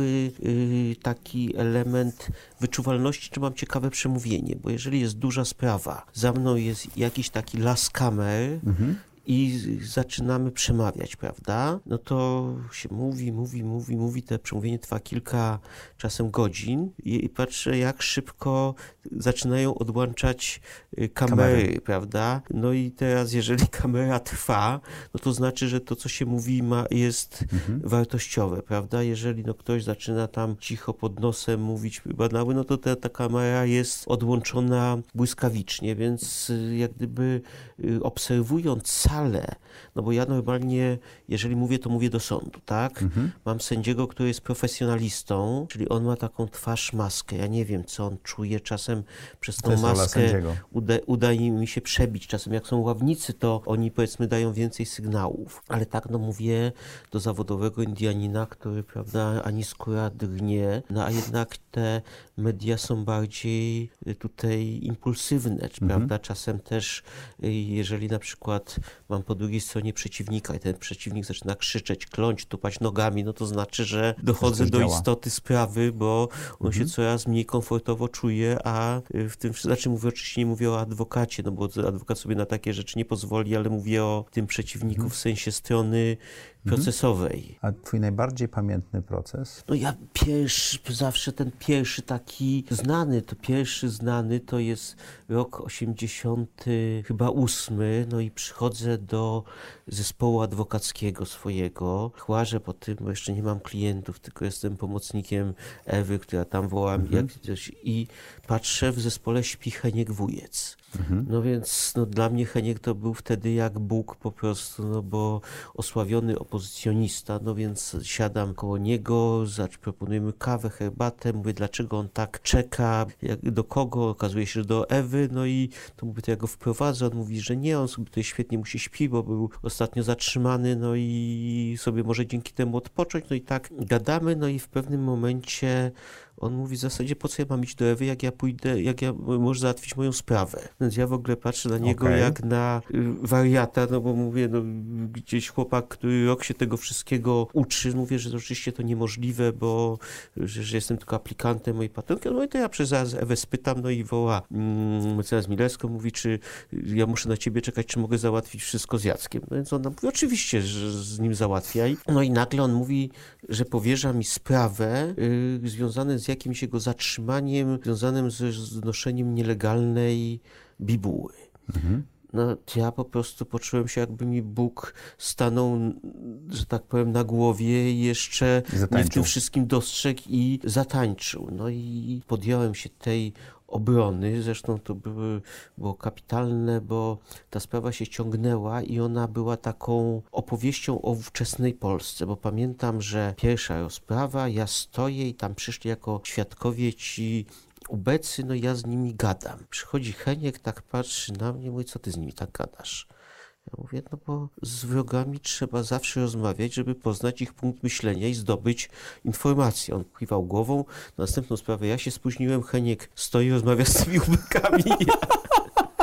C: y, taki element wyczuwalności, czy mam ciekawe przemówienie, bo jeżeli jest duża sprawa, za mną jest jakiś taki las kamer, mhm. i zaczynamy przemawiać, prawda? No to się mówi, mówi, mówi, mówi, to przemówienie trwa kilka czasem godzin i, i patrzę, jak szybko zaczynają odłączać kamery, kamery, prawda? No i teraz, jeżeli kamera trwa, no to znaczy, że to, co się mówi, ma, jest mhm. wartościowe, prawda? Jeżeli no, ktoś zaczyna tam cicho pod nosem mówić banały, no to ta, ta kamera jest odłączona błyskawicznie, więc jak gdyby obserwując salę, no bo ja normalnie, jeżeli mówię, to mówię do sądu, tak? Mhm. Mam sędziego, który jest profesjonalistą, czyli on ma taką twarz, maskę. Ja nie wiem, co on czuje. Czasem przez tą maskę uda, udaje mi się przebić. Czasem jak są ławnicy, to oni, powiedzmy, dają więcej sygnałów. Ale tak, no mówię do zawodowego Indianina, który, prawda, ani skóra drgnie, no a jednak te media są bardziej tutaj impulsywne, mhm. prawda? Czasem też, jeżeli na przykład mam po drugiej stronie przeciwnika i ten przeciwnik zaczyna krzyczeć, kląć, tupać nogami, no to znaczy, że dochodzę do działa. istoty sprawy, bo on mhm. się coraz mniej komfortowo czuje, a w tym, znaczy mówię, oczywiście nie mówię o adwokacie, no bo adwokat sobie na takie rzeczy nie pozwoli, ale mówię o tym przeciwniku mhm. w sensie strony procesowej.
B: A twój najbardziej pamiętny proces?
C: No ja pierwszy, zawsze ten pierwszy taki znany, to pierwszy znany to jest rok osiemdziesiąty chyba ósmy, no i przychodzę do zespołu adwokackiego swojego, chłażę po tym, bo jeszcze nie mam klientów, tylko jestem pomocnikiem Ewy, która tam woła mhm. jak coś, i patrzę, w zespole śpi Heniek Wujec. Mhm. No więc no, dla mnie Heniek to był wtedy jak Bóg po prostu, no bo osławiony opozycjonista, no więc siadam koło niego, proponujemy kawę, herbatę, mówię, dlaczego on tak czeka, jak, do kogo, okazuje się, że do Ewy, no i to mówię, to ja go wprowadzę, on mówi, że nie, on sobie tutaj świetnie mu się śpi, bo był ostatnio zatrzymany, no i sobie może dzięki temu odpocząć, no i tak gadamy, no i w pewnym momencie on mówi w zasadzie, po co ja mam iść do Ewy, jak ja pójdę, jak ja może załatwić moją sprawę. Więc ja w ogóle patrzę na niego okay. jak na wariata, no bo mówię, no gdzieś chłopak, który rok się tego wszystkiego uczy, mówię, że oczywiście to niemożliwe, bo że, że jestem tylko aplikantem mojej patronki. No i to ja przez zaraz Ewę spytam, no i woła mm, mecenas Milewską, mówi, czy ja muszę na ciebie czekać, czy mogę załatwić wszystko z Jackiem. No więc ona mówi, oczywiście, że z nim załatwiaj. No i nagle on mówi, że powierza mi sprawę yy, związaną z jakimś jego zatrzymaniem, związanym ze znoszeniem nielegalnej bibuły. Mhm. No to ja po prostu poczułem się, jakby mi Bóg stanął, że tak powiem, na głowie i jeszcze mnie w tym wszystkim dostrzegł i zatańczył. No i podjąłem się tej obrony, zresztą to były, było kapitalne, bo ta sprawa się ciągnęła i ona była taką opowieścią o ówczesnej Polsce, bo pamiętam, że pierwsza rozprawa, ja stoję i tam przyszli jako świadkowie ci ubecy, no ja z nimi gadam. Przychodzi Heniek, tak patrzy na mnie, mówi, co ty z nimi tak gadasz? Ja mówię, no bo z wrogami trzeba zawsze rozmawiać, żeby poznać ich punkt myślenia i zdobyć informację. On kiwał głową, na następną sprawę ja się spóźniłem, Heniek stoi, rozmawia z tymi ubekami.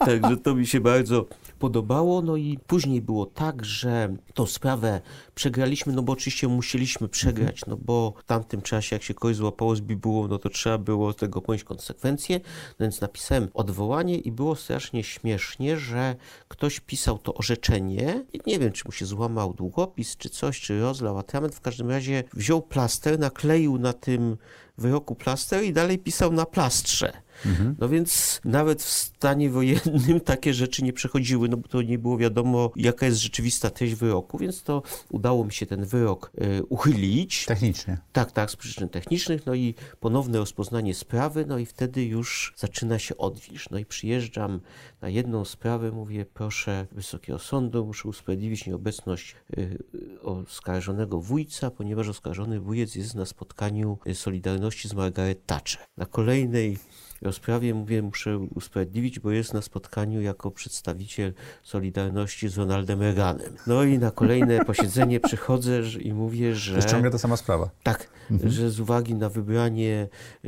C: Także to mi się bardzo podobało. No i później było tak, że tą sprawę przegraliśmy, no bo oczywiście musieliśmy przegrać, no bo w tamtym czasie, jak się kogoś złapało z bibułą, no to trzeba było z tego ponieść konsekwencje. No więc napisałem odwołanie i było strasznie śmiesznie, że ktoś pisał to orzeczenie i nie wiem, czy mu się złamał długopis, czy coś, czy rozlał atrament. W każdym razie wziął plaster, nakleił na tym wyroku plaster i dalej pisał na plastrze. Mhm. No więc nawet w stanie wojennym takie rzeczy nie przechodziły, no bo to nie było wiadomo, jaka jest rzeczywista treść wyroku, więc to udało mi się ten wyrok y, uchylić.
B: Technicznie.
C: Tak, tak, z przyczyn technicznych, no i ponowne rozpoznanie sprawy, no i wtedy już zaczyna się odwilż. No i przyjeżdżam na jedną sprawę, mówię, proszę Wysokiego Sądu, muszę usprawiedliwić nieobecność y, oskarżonego wujca, ponieważ oskarżony wujec jest na spotkaniu Solidarności z Margaret Thatcher. Na kolejnej rozprawie mówię, muszę usprawiedliwić, bo jest na spotkaniu jako przedstawiciel Solidarności z Ronaldem Reaganem. No i na kolejne posiedzenie przychodzę i mówię, że...
B: To jest ciągle ta sama sprawa.
C: Tak, mhm. że z uwagi na wybranie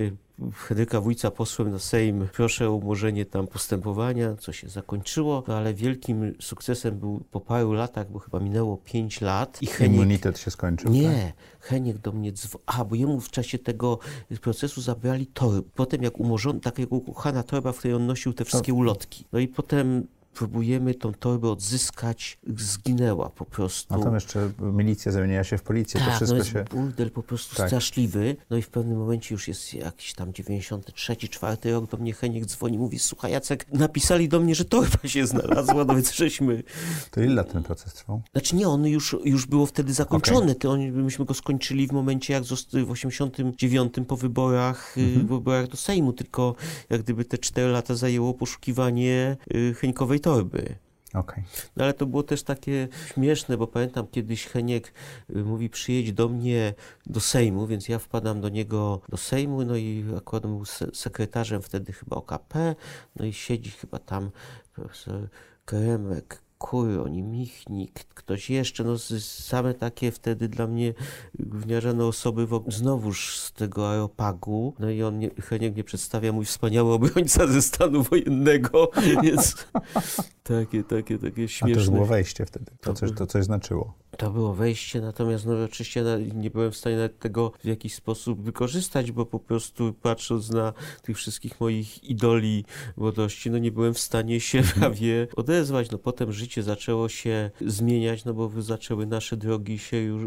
C: Henryka Wójca posłem na Sejm proszę o umorzenie tam postępowania, co się zakończyło, no ale wielkim sukcesem był po paru latach, bo chyba minęło pięć lat. I Heniek...
B: Immunitet się skończył.
C: Nie, tak? Heniek do mnie dzwonił, a bo jemu w czasie tego procesu zabrali torby. Potem jak umorzono, takiego ukochana torba, w której on nosił te wszystkie to... ulotki. No i potem próbujemy tą torbę odzyskać, zginęła po prostu.
B: A tam jeszcze milicja zamieniła się w policję,
C: tak,
B: to wszystko
C: no jest
B: się...
C: burdel po prostu tak. straszliwy. No i w pewnym momencie już jest jakiś tam dziewięćdziesiąty trzeci, czwarty rok, do mnie Heniek dzwoni, mówi, słuchaj Jacek, napisali do mnie, że torba się znalazła, no więc żeśmy...
B: To ile lat ten proces trwał?
C: Znaczy nie, on już, już było wtedy zakończony, okay. to on, myśmy go skończyli w momencie, jak w osiemdziesiątym dziewiątym po wyborach, mhm. wyborach do Sejmu, tylko jak gdyby te cztery lata zajęło poszukiwanie Henikowej torby.
B: Okay.
C: No ale to było też takie śmieszne, bo pamiętam kiedyś Heniek mówi, przyjedź do mnie do Sejmu, więc ja wpadam do niego do Sejmu, no i akurat był sekretarzem wtedy chyba O K P, no i siedzi chyba tam profesor Kremek, Kuroń, Michnik, ktoś jeszcze, no same takie wtedy dla mnie gówniarzane osoby, znowuż z tego Aeropagu, no i on, nie, Heniek mnie przedstawia, mój wspaniały obrońca ze stanu wojennego, więc takie, takie, takie śmieszne.
B: A to było wejście wtedy, to, to coś, to coś znaczyło.
C: To było wejście, natomiast no oczywiście nie byłem w stanie nawet tego w jakiś sposób wykorzystać, bo po prostu patrząc na tych wszystkich moich idoli młodości, no nie byłem w stanie się prawie odezwać. No potem życie zaczęło się zmieniać, no bo zaczęły nasze drogi się już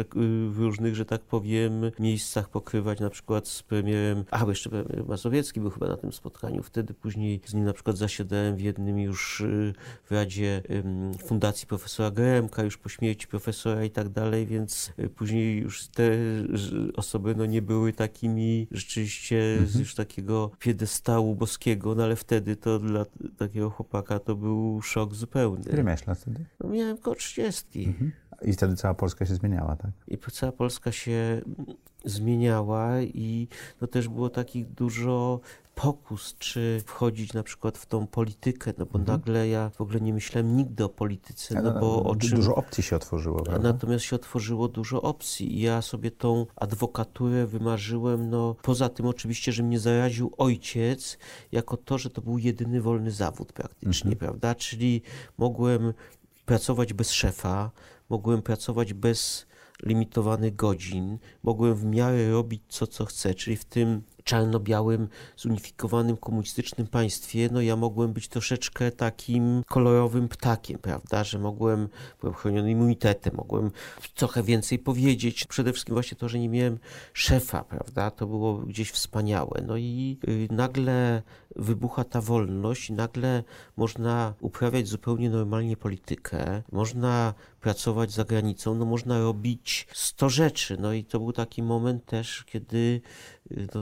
C: w różnych, że tak powiem, miejscach pokrywać, na przykład z premierem, a bo jeszcze premier Mazowiecki był chyba na tym spotkaniu, wtedy później z nim na przykład zasiadałem w jednym już w Radzie Fundacji profesora Geremka, już po śmierci profesora profesora i tak dalej, więc później już te osoby no nie były takimi rzeczywiście mm-hmm. z już takiego piedestału boskiego, no ale wtedy to dla takiego chłopaka to był szok zupełny.
B: Ile miałeś lat wtedy?
C: No miałem koło trzydziestki. Mm-hmm.
B: I wtedy cała Polska się zmieniała, tak? I
C: cała Polska się zmieniała i to też było takich dużo pokus, czy wchodzić na przykład w tą politykę, no bo mhm. nagle ja w ogóle nie myślałem nigdy o polityce, no bo o czym...
B: Dużo opcji się otworzyło, prawda?
C: Natomiast się otworzyło dużo opcji i ja sobie tą adwokaturę wymarzyłem, no poza tym oczywiście, że mnie zaraził ojciec, jako to, że to był jedyny wolny zawód praktycznie, mhm. prawda? Czyli mogłem pracować bez szefa, mogłem pracować bez limitowanych godzin, mogłem w miarę robić co, co chcę, czyli w tym czarno-białym, zunifikowanym komunistycznym państwie, no ja mogłem być troszeczkę takim kolorowym ptakiem, prawda, że mogłem, byłem chroniony immunitetem, mogłem trochę więcej powiedzieć. Przede wszystkim właśnie to, że nie miałem szefa, prawda, to było gdzieś wspaniałe. No i y, nagle wybucha ta wolność, nagle można uprawiać zupełnie normalnie politykę, można pracować za granicą, no można robić sto rzeczy. No i to był taki moment też, kiedy no,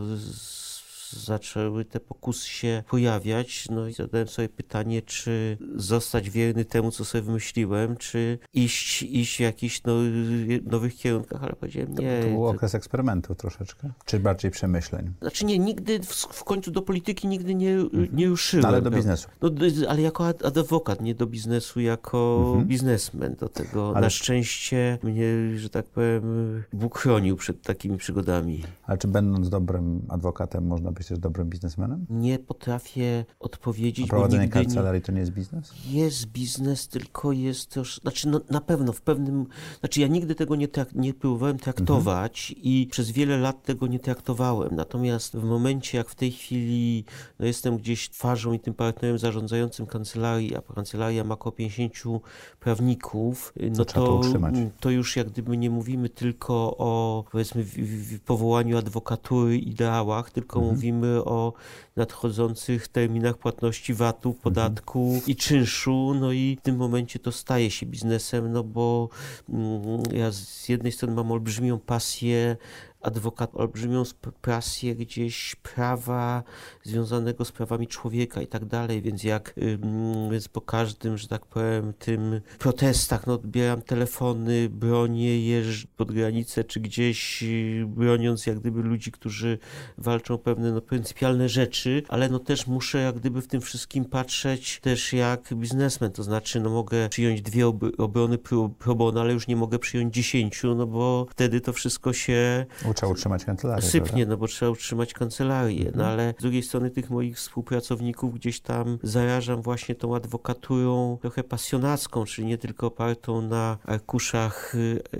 C: zaczęły te pokusy się pojawiać, no i zadałem sobie pytanie, czy zostać wierny temu, co sobie wymyśliłem, czy iść, iść w jakichś no, nowych kierunkach, ale powiedziałem nie.
B: To, to był okres eksperymentu troszeczkę, czy bardziej przemyśleń?
C: Znaczy nie, nigdy w, w końcu do polityki nigdy nie, nie ruszyłem.
B: No, ale do biznesu.
C: No, ale jako adwokat, nie do biznesu, jako mhm. biznesmen do tego. Ale... Na szczęście mnie, że tak powiem, Bóg chronił przed takimi przygodami.
B: Ale czy będąc dobrym adwokatem można być być też dobrym biznesmenem?
C: Nie potrafię odpowiedzieć,
B: A prowadzenie
C: bo nigdy
B: kancelarii to nie jest biznes?
C: Jest biznes, tylko jest też, znaczy no, na pewno w pewnym, znaczy ja nigdy tego nie, trak, nie próbowałem traktować mhm. i przez wiele lat tego nie traktowałem, natomiast w momencie jak w tej chwili no, jestem gdzieś twarzą i tym partnerem zarządzającym kancelarii, a kancelaria ma około pięćdziesięciu prawników, no to,
B: to,
C: to już jak gdyby nie mówimy tylko o powiedzmy w, w powołaniu adwokatury, ideałach, tylko mhm. mówimy o nadchodzących terminach płatności V A T-u, podatku mhm. i czynszu, no i w tym momencie to staje się biznesem, no bo mm, ja z jednej strony mam olbrzymią pasję adwokat, olbrzymią pasję gdzieś prawa związanego z prawami człowieka i tak dalej, więc jak więc po każdym, że tak powiem, tym protestach, no odbieram telefony, bronię, jeżdżę pod granicę, czy gdzieś broniąc jak gdyby ludzi, którzy walczą o pewne no, pryncypialne rzeczy, ale no też muszę jak gdyby w tym wszystkim patrzeć też jak biznesmen, to znaczy no mogę przyjąć dwie oby, obrony pro, pro bono, ale już nie mogę przyjąć dziesięciu, no bo wtedy to wszystko się
B: trzeba utrzymać kancelarię.
C: Sypnie,
B: prawda?
C: no bo trzeba utrzymać kancelarię. Mhm. No ale z drugiej strony tych moich współpracowników gdzieś tam zarażam właśnie tą adwokaturą trochę pasjonacką, czyli nie tylko opartą na arkuszach,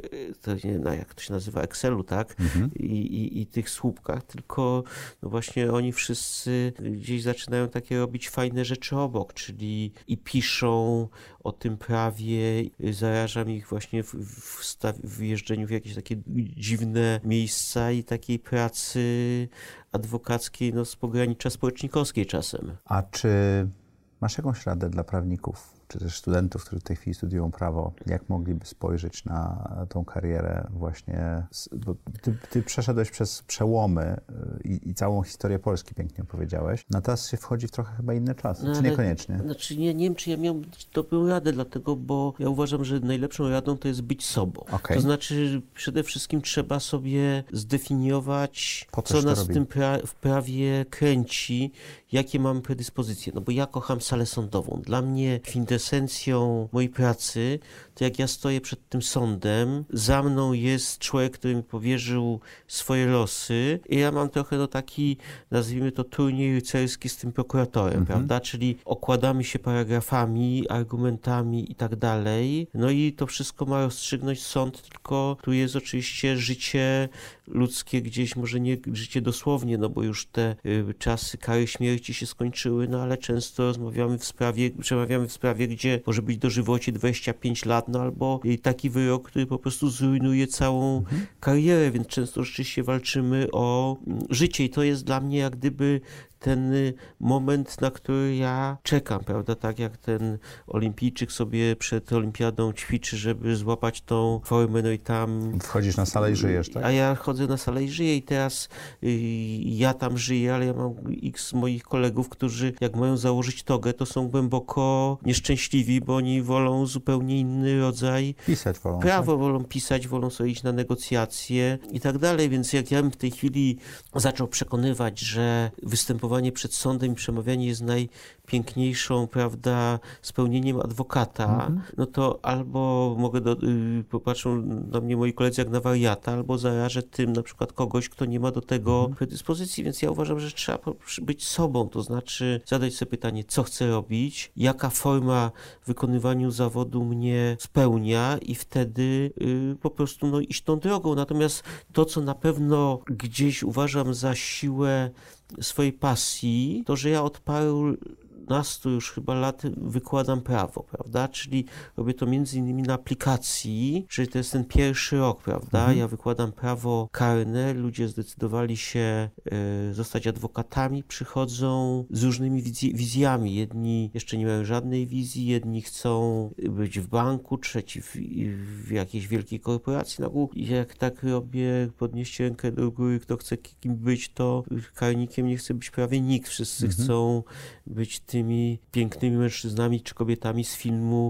C: to nie wiem, jak to się nazywa, Excelu, tak? Mhm. I, i, I tych słupkach, tylko no właśnie oni wszyscy gdzieś zaczynają takie robić fajne rzeczy obok, czyli i piszą o tym prawie, zarażam ich właśnie w, w, w jeżdżeniu w jakieś takie dziwne miejsca i takiej pracy adwokackiej no, z pogranicza społecznikowskiej czasem.
B: A czy masz jakąś radę dla prawników, czy też studentów, którzy w tej chwili studiują prawo, jak mogliby spojrzeć na tą karierę właśnie, bo ty, ty przeszedłeś przez przełomy i, i całą historię Polski pięknie opowiedziałeś, no teraz się wchodzi w trochę chyba inne czasy, no, czy niekoniecznie?
C: Znaczy nie, nie wiem, czy ja miałem dobrą radę, dlatego, bo ja uważam, że najlepszą radą to jest być sobą. Okay. To znaczy przede wszystkim trzeba sobie zdefiniować, co nas w tym pra- w prawie kręci, jakie mamy predyspozycje, no bo ja kocham salę sądową. Dla mnie kwintesencją mojej pracy, to jak ja stoję przed tym sądem, za mną jest człowiek, który mi powierzył swoje losy i ja mam trochę no taki, nazwijmy to turniej rycerski z tym prokuratorem, mhm. prawda, czyli okładamy się paragrafami, argumentami i tak dalej, no i to wszystko ma rozstrzygnąć sąd, tylko tu jest oczywiście życie ludzkie gdzieś, może nie życie dosłownie, no bo już te y, czasy kary śmierci się skończyły, no ale często rozmawiamy w sprawie, przemawiamy w sprawie, gdzie może być dożywocie dwadzieścia pięć lat, no albo taki wyrok, który po prostu zrujnuje całą mhm. karierę, więc często rzeczywiście walczymy o życie i to jest dla mnie jak gdyby ten moment, na który ja czekam, prawda, tak jak ten olimpijczyk sobie przed olimpiadą ćwiczy, żeby złapać tą formę, no i tam...
B: Wchodzisz na salę i żyjesz, tak?
C: A ja chodzę na salę i żyję i teraz y, ja tam żyję, ale ja mam x moich kolegów, którzy jak mają założyć togę, to są głęboko nieszczęśliwi, bo oni wolą zupełnie inny rodzaj
B: pisać wolą,
C: prawo,
B: tak?
C: wolą pisać, wolą sobie iść na negocjacje i tak dalej, więc jak ja bym w tej chwili zaczął przekonywać, że występowanie przed sądem i przemawianie jest najpiękniejszą, prawda, spełnieniem adwokata, mm-hmm. no to albo mogę, do, y, popatrzą na mnie moi koledzy jak na wariata, albo zarażę tym na przykład kogoś, kto nie ma do tego mm-hmm. predyspozycji, więc ja uważam, że trzeba być sobą, to znaczy zadać sobie pytanie, co chcę robić, jaka forma w wykonywaniu zawodu mnie spełnia i wtedy y, po prostu no, iść tą drogą. Natomiast to, co na pewno gdzieś uważam za siłę swojej pasji, to, że ja od paru nastu już chyba lat wykładam prawo, prawda, czyli robię to między innymi na aplikacji, czyli to jest ten pierwszy rok, prawda, mhm. ja wykładam prawo karne, ludzie zdecydowali się y, zostać adwokatami, przychodzą z różnymi wizj- wizjami, jedni jeszcze nie mają żadnej wizji, jedni chcą być w banku, trzeci w, w jakiejś wielkiej korporacji, na ogół jak tak robię, podnieście rękę do góry, kto chce kim być, to karnikiem nie chce być prawie nikt, wszyscy mhm. chcą być tymi pięknymi mężczyznami czy kobietami z filmu w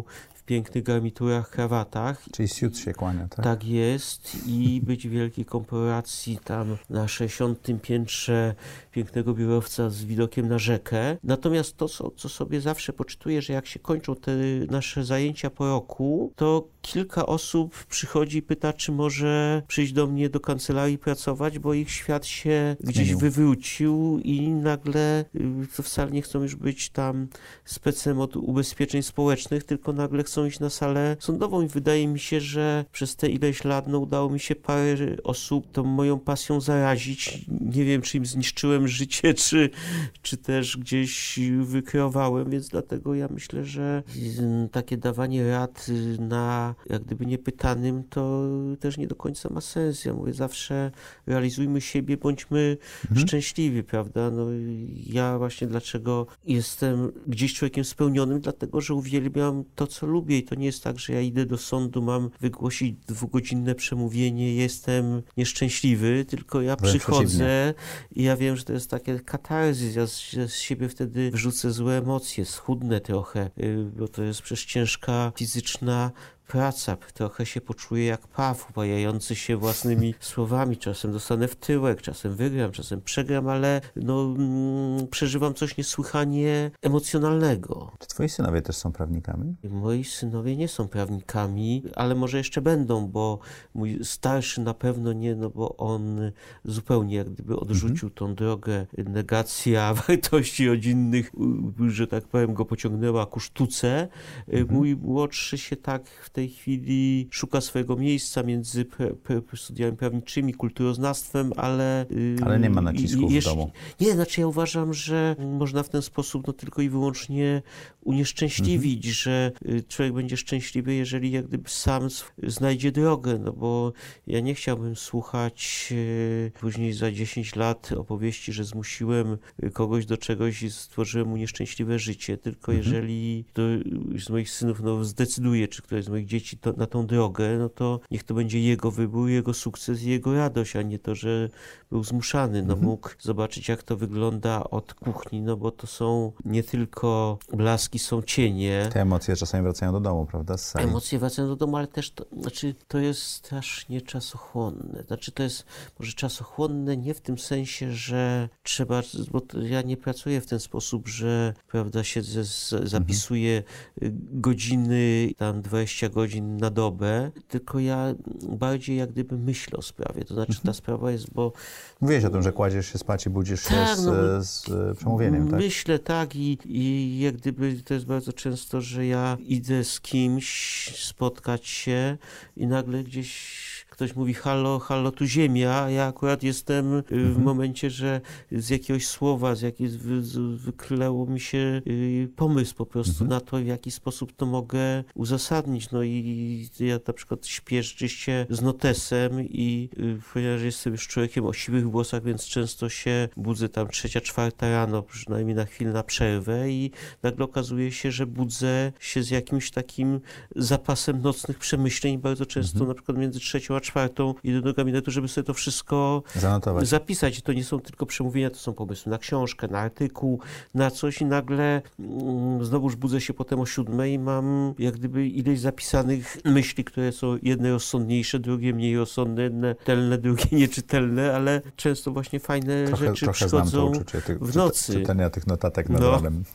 C: w pięknych garniturach, krawatach.
B: Czyli siód się kłania, tak?
C: Tak jest i być w wielkiej korporacji tam na sześćdziesiątym piętrze pięknego biurowca z widokiem na rzekę. Natomiast to, co, co sobie zawsze poczytuję, że jak się kończą te nasze zajęcia po roku, to kilka osób przychodzi i pyta, czy może przyjść do mnie do kancelarii pracować, bo ich świat się gdzieś
B: Zmienił.
C: wywrócił i nagle to wcale nie chcą już być tam specem od ubezpieczeń społecznych, tylko nagle chcą iść na salę sądową i wydaje mi się, że przez te ileś lat no, udało mi się parę osób tą moją pasją zarazić. Nie wiem, czy im zniszczyłem życie, czy, czy też gdzieś wykreowałem, więc dlatego ja myślę, że takie dawanie rad na jak gdyby niepytanym, to też nie do końca ma sens. Ja mówię zawsze realizujmy siebie, bądźmy mhm. szczęśliwi, prawda? No ja właśnie dlaczego jestem gdzieś człowiekiem spełnionym, dlatego, że uwielbiam to, co lubię i to nie jest tak, że ja idę do sądu, mam wygłosić dwugodzinne przemówienie, jestem nieszczęśliwy, tylko ja
B: Wręcz
C: przychodzę
B: przeciwnie.
C: i ja wiem, że to jest takie katarzys, ja z, ja z siebie wtedy wrzucę złe emocje, schudnę trochę, bo to jest przecież ciężka fizyczna praca, trochę się poczuję jak Paweł, bajający się własnymi słowami. Czasem dostanę w tyłek, czasem wygram, czasem przegram, ale no, mm, przeżywam coś niesłychanie emocjonalnego.
B: Czy twoi synowie też są prawnikami?
C: Moi synowie nie są prawnikami, ale może jeszcze będą, bo mój starszy na pewno nie, no bo on zupełnie jak gdyby odrzucił mhm. tą drogę negacja wartości rodzinnych, że tak powiem, go pociągnęła ku sztuce. Mhm. Mój młodszy się tak w tej chwili szuka swojego miejsca między pre, pre, studiami prawniczymi, kulturoznawstwem, ale...
B: Ale nie ma nacisków
C: jeszcze,
B: w domu.
C: Nie, znaczy ja uważam, że można w ten sposób no tylko i wyłącznie unieszczęśliwić, mhm. że człowiek będzie szczęśliwy, jeżeli jak gdyby sam znajdzie drogę, no bo ja nie chciałbym słuchać e, później za dziesięć lat opowieści, że zmusiłem kogoś do czegoś i stworzyłem mu nieszczęśliwe życie, tylko mhm. jeżeli ktoś z moich synów no, zdecyduje, czy ktoś z moich dzieci to, na tą drogę, no to niech to będzie jego wybór, jego sukces i jego radość, a nie to, że był zmuszany. No mhm. mógł zobaczyć, jak to wygląda od kuchni, no bo to są nie tylko blaski, są cienie.
B: Te emocje czasami wracają do domu, prawda? Z sali.
C: Emocje wracają do domu, ale też to, znaczy, to jest strasznie czasochłonne. Znaczy to jest może czasochłonne nie w tym sensie, że trzeba, bo to ja nie pracuję w ten sposób, że prawda, siedzę, z, zapisuję mhm. godziny, tam dwadzieścia godzin na dobę, tylko ja bardziej jak gdyby myślę o sprawie. To znaczy mhm. ta sprawa jest, bo...
B: Mówiłeś o tym, że kładziesz się spać i budzisz się tak, z, no, z przemówieniem, tak?
C: Myślę tak i, i jak gdyby to jest bardzo często, że ja idę z kimś spotkać się i nagle gdzieś ktoś mówi halo, halo, tu ziemia, a ja akurat jestem w mhm. momencie, że z jakiegoś słowa, z jakiegoś wy, wykleło mi się pomysł po prostu mhm. na to, w jaki sposób to mogę uzasadnić. No i ja na przykład śpię rzeczywiście z notesem i ponieważ jestem już człowiekiem o siwych włosach, więc często się budzę tam trzecia, czwarta rano, przynajmniej na chwilę na przerwę i nagle okazuje się, że budzę się z jakimś takim zapasem nocnych przemyśleń. Bardzo często mhm. na przykład między trzecią a czwartą idę do gabinetu, żeby sobie to wszystko
B: zanotować.
C: Zapisać. I to nie są tylko przemówienia, to są pomysły na książkę, na artykuł, na coś i nagle mm, znowuż budzę się potem o siódmej i mam jak gdyby ileś zapisanych myśli, które są jedne rozsądniejsze, drugie mniej rozsądne, jedne czytelne, drugie nieczytelne, ale często właśnie fajne
B: trochę,
C: rzeczy
B: trochę
C: przychodzą
B: ty,
C: w nocy.
B: Czytania tych notatek nad
C: no.
B: ranem.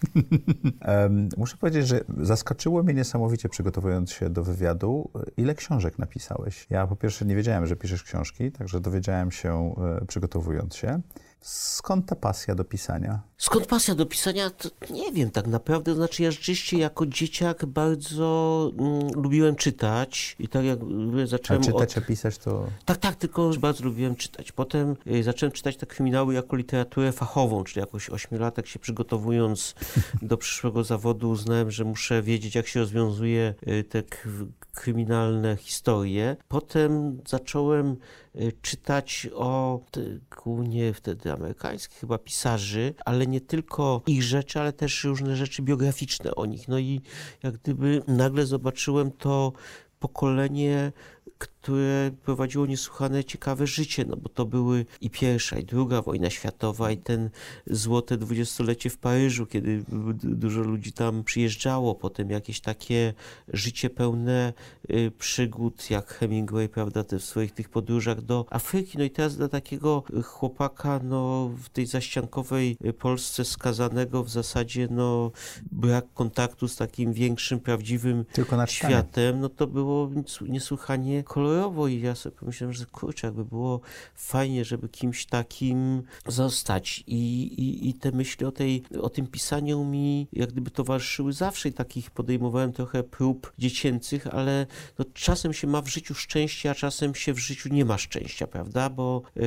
B: um, muszę powiedzieć, że zaskoczyło mnie niesamowicie, przygotowując się do wywiadu, ile książek napisałeś. Ja po pierwsze nie wiedziałem, że piszesz książki, także dowiedziałem się, e, przygotowując się. Skąd ta pasja do pisania?
C: Skąd pasja do pisania? To nie wiem tak naprawdę. Znaczy ja rzeczywiście jako dzieciak bardzo mm, lubiłem czytać i tak jak zacząłem...
B: A czytać,
C: od...
B: a pisać to...
C: Tak, tak, tylko bardzo lubiłem czytać. Potem y, zacząłem czytać te kryminały jako literaturę fachową, czyli jakoś ośmiolatek się przygotowując do przyszłego zawodu uznałem, że muszę wiedzieć, jak się rozwiązuje y, te k- kryminalne historie. Potem zacząłem y, czytać o y, głównie wtedy amerykańskich chyba pisarzy, ale nie tylko ich rzeczy, ale też różne rzeczy biograficzne o nich. No i jak gdyby nagle zobaczyłem to pokolenie które prowadziło niesłychane ciekawe życie, no bo to były i pierwsza, i druga wojna światowa, i ten złote dwudziestolecie w Paryżu, kiedy dużo ludzi tam przyjeżdżało, potem jakieś takie życie pełne przygód, jak Hemingway, prawda, te w swoich tych podróżach do Afryki. No i teraz dla takiego chłopaka, no w tej zaściankowej Polsce skazanego w zasadzie, no brak kontaktu z takim większym, prawdziwym światem, no to było niesłychanie kolorowo i ja sobie pomyślałem, że kurczę, jakby było fajnie, żeby kimś takim zostać. I, i, i te myśli o, tej, o tym pisaniu mi jak gdyby towarzyszyły zawsze i takich podejmowałem trochę prób dziecięcych, ale no, czasem się ma w życiu szczęście, a czasem się w życiu nie ma szczęścia, prawda, bo yy,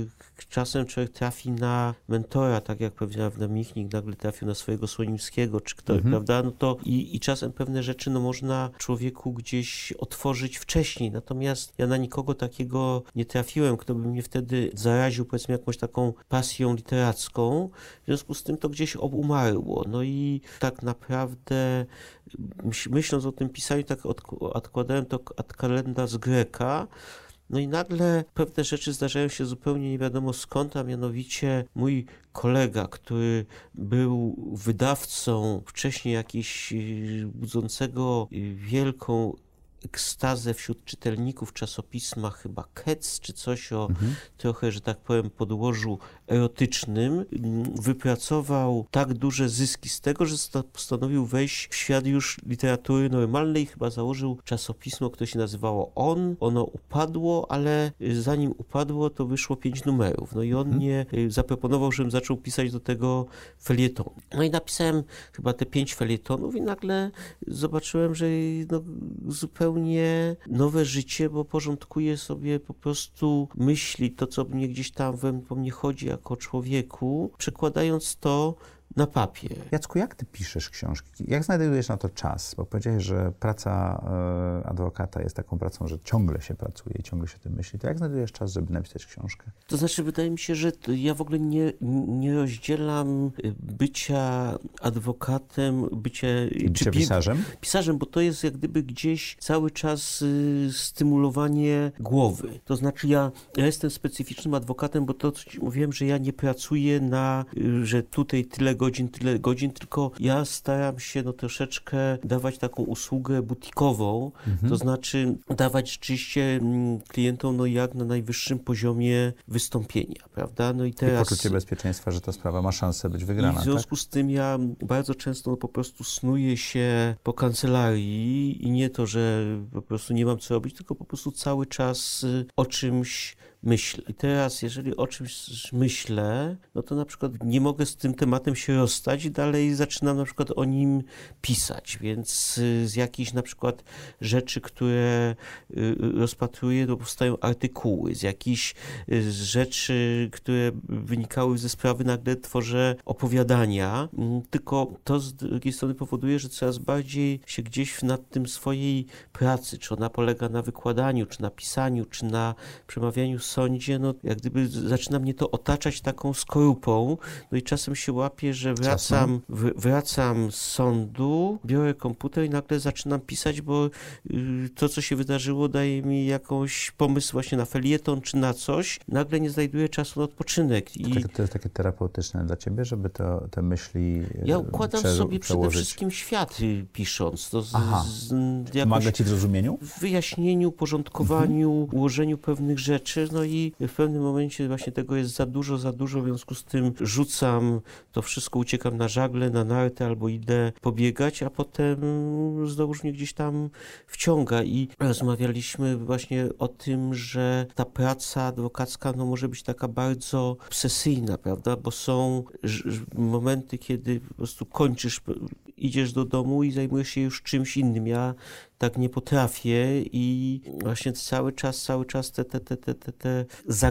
C: czasem człowiek trafi na mentora, tak jak powiedziałem, na Michnik nagle trafił na swojego Słonimskiego, czy ktoś, mhm. prawda, no to i, i czasem pewne rzeczy no można człowieku gdzieś otworzyć wcześniej, natomiast ja na nikogo takiego nie trafiłem, kto by mnie wtedy zaraził, powiedzmy, jakąś taką pasją literacką, w związku z tym to gdzieś obumarło, no i tak naprawdę myśląc o tym pisaniu, tak odkładałem to ad calendas Graeca. No i nagle pewne rzeczy zdarzają się zupełnie nie wiadomo skąd, a mianowicie mój kolega, który był wydawcą wcześniej jakiś budzącego wielką ekstazę wśród czytelników czasopisma chyba Kec, czy coś o mhm. trochę, że tak powiem, podłożu erotycznym, wypracował tak duże zyski z tego, że postanowił wejść w świat już literatury normalnej, chyba założył czasopismo, które się nazywało On. Ono upadło, ale zanim upadło, to wyszło pięć numerów. No i on mhm. mnie zaproponował, żebym zaczął pisać do tego felietonu. No i napisałem chyba te pięć felietonów i nagle zobaczyłem, że no, zupełnie nowe życie, bo porządkuję sobie po prostu myśli, to co mnie gdzieś tam we, po mnie chodzi jako człowieku, przekładając to na papier.
B: Jacku, jak ty piszesz książki? Jak znajdujesz na to czas? Bo powiedziałeś, że praca y, adwokata jest taką pracą, że ciągle się pracuje i ciągle się tym myśli. To jak znajdujesz czas, żeby napisać książkę?
C: To znaczy, wydaje mi się, że ja w ogóle nie, nie rozdzielam bycia adwokatem, bycie...
B: I bycie pisarzem?
C: Pisarzem, bo to jest jak gdyby gdzieś cały czas y, stymulowanie głowy. To znaczy, ja, ja jestem specyficznym adwokatem, bo to, co ci mówiłem, że ja nie pracuję na, y, że tutaj tyle godzin, tyle godzin, tylko ja staram się no troszeczkę dawać taką usługę butikową, mhm. to znaczy dawać rzeczywiście klientom no jak na najwyższym poziomie wystąpienia, prawda? No i teraz...
B: I poczucie bezpieczeństwa, że ta sprawa ma szansę być wygrana,
C: I w związku tak? z tym ja bardzo często no, po prostu snuję się po kancelarii i nie to, że po prostu nie mam co robić, tylko po prostu cały czas o czymś myślę. I teraz, jeżeli o czymś myślę, no to na przykład nie mogę z tym tematem się rozstać i dalej zaczynam na przykład o nim pisać, więc z jakichś na przykład rzeczy, które rozpatruję, to powstają artykuły, z jakichś rzeczy, które wynikały ze sprawy, nagle tworzę opowiadania, tylko to z drugiej strony powoduje, że coraz bardziej się gdzieś nad tym swojej pracy, czy ona polega na wykładaniu, czy na pisaniu, czy na przemawianiu w sądzie, no jak gdyby zaczyna mnie to otaczać taką skorupą, no i czasem się łapię, że wracam, w, wracam z sądu, biorę komputer i nagle zaczynam pisać, bo y, to, co się wydarzyło, daje mi jakąś pomysł właśnie na felieton, czy na coś. Nagle nie znajduję czasu na odpoczynek. I... To,
B: to jest takie terapeutyczne dla ciebie, żeby to, te myśli
C: Ja układam
B: prze,
C: sobie
B: przełożyć.
C: przede wszystkim świat pisząc. To z,
B: Aha.
C: z, jakoś
B: Pomaga ci w zrozumieniu?
C: W wyjaśnieniu, porządkowaniu, mhm. ułożeniu pewnych rzeczy, no i w pewnym momencie właśnie tego jest za dużo, za dużo, w związku z tym rzucam to wszystko, uciekam na żagle, na nartę albo idę pobiegać, a potem znowuż mnie gdzieś tam wciąga i rozmawialiśmy właśnie o tym, że ta praca adwokacka no, może być taka bardzo obsesyjna, prawda, bo są momenty, kiedy po prostu kończysz, idziesz do domu i zajmujesz się już czymś innym. Ja tak nie potrafię i właśnie cały czas, cały czas te, te, te, te, te, te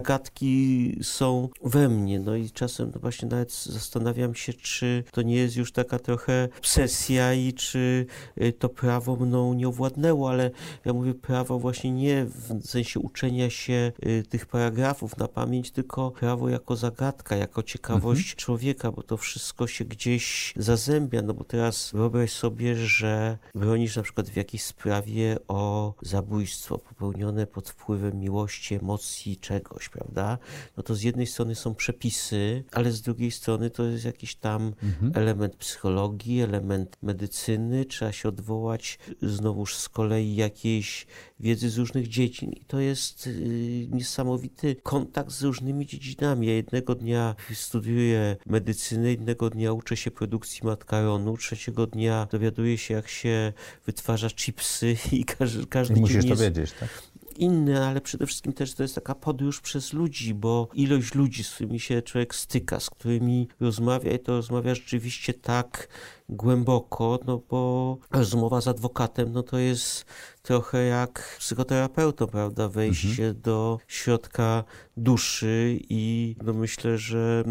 C: zagadki są we mnie. No i czasem no właśnie nawet zastanawiam się, czy to nie jest już taka trochę obsesja i czy to prawo mną nie owładnęło, ale ja mówię prawo właśnie nie w sensie uczenia się tych paragrafów na pamięć, tylko prawo jako zagadka, jako ciekawość mhm. człowieka, bo to wszystko się gdzieś zazębia, no bo teraz wyobraź sobie, że bronisz na przykład w jakiejś sprawie sprawie o zabójstwo popełnione pod wpływem miłości, emocji, czegoś, prawda? No to z jednej strony są przepisy, ale z drugiej strony to jest jakiś tam mhm. element psychologii, element medycyny, trzeba się odwołać znowuż z kolei jakiejś wiedzy z różnych dziedzin i to jest y, niesamowity kontakt z różnymi dziedzinami. Ja jednego dnia studiuję medycynę, jednego dnia uczę się produkcji makaronu, trzeciego dnia dowiaduję się, jak się wytwarza chipsy i każdy, każdy
B: I musisz
C: dzień
B: to
C: jest
B: wiedzieć, tak?
C: inny, ale przede wszystkim też to jest taka podróż przez ludzi, bo ilość ludzi, z którymi się człowiek styka, z którymi rozmawia i to rozmawia rzeczywiście tak głęboko, no bo rozmowa z adwokatem, no to jest trochę jak psychoterapeutą, prawda, wejście mhm. do środka duszy i no myślę, że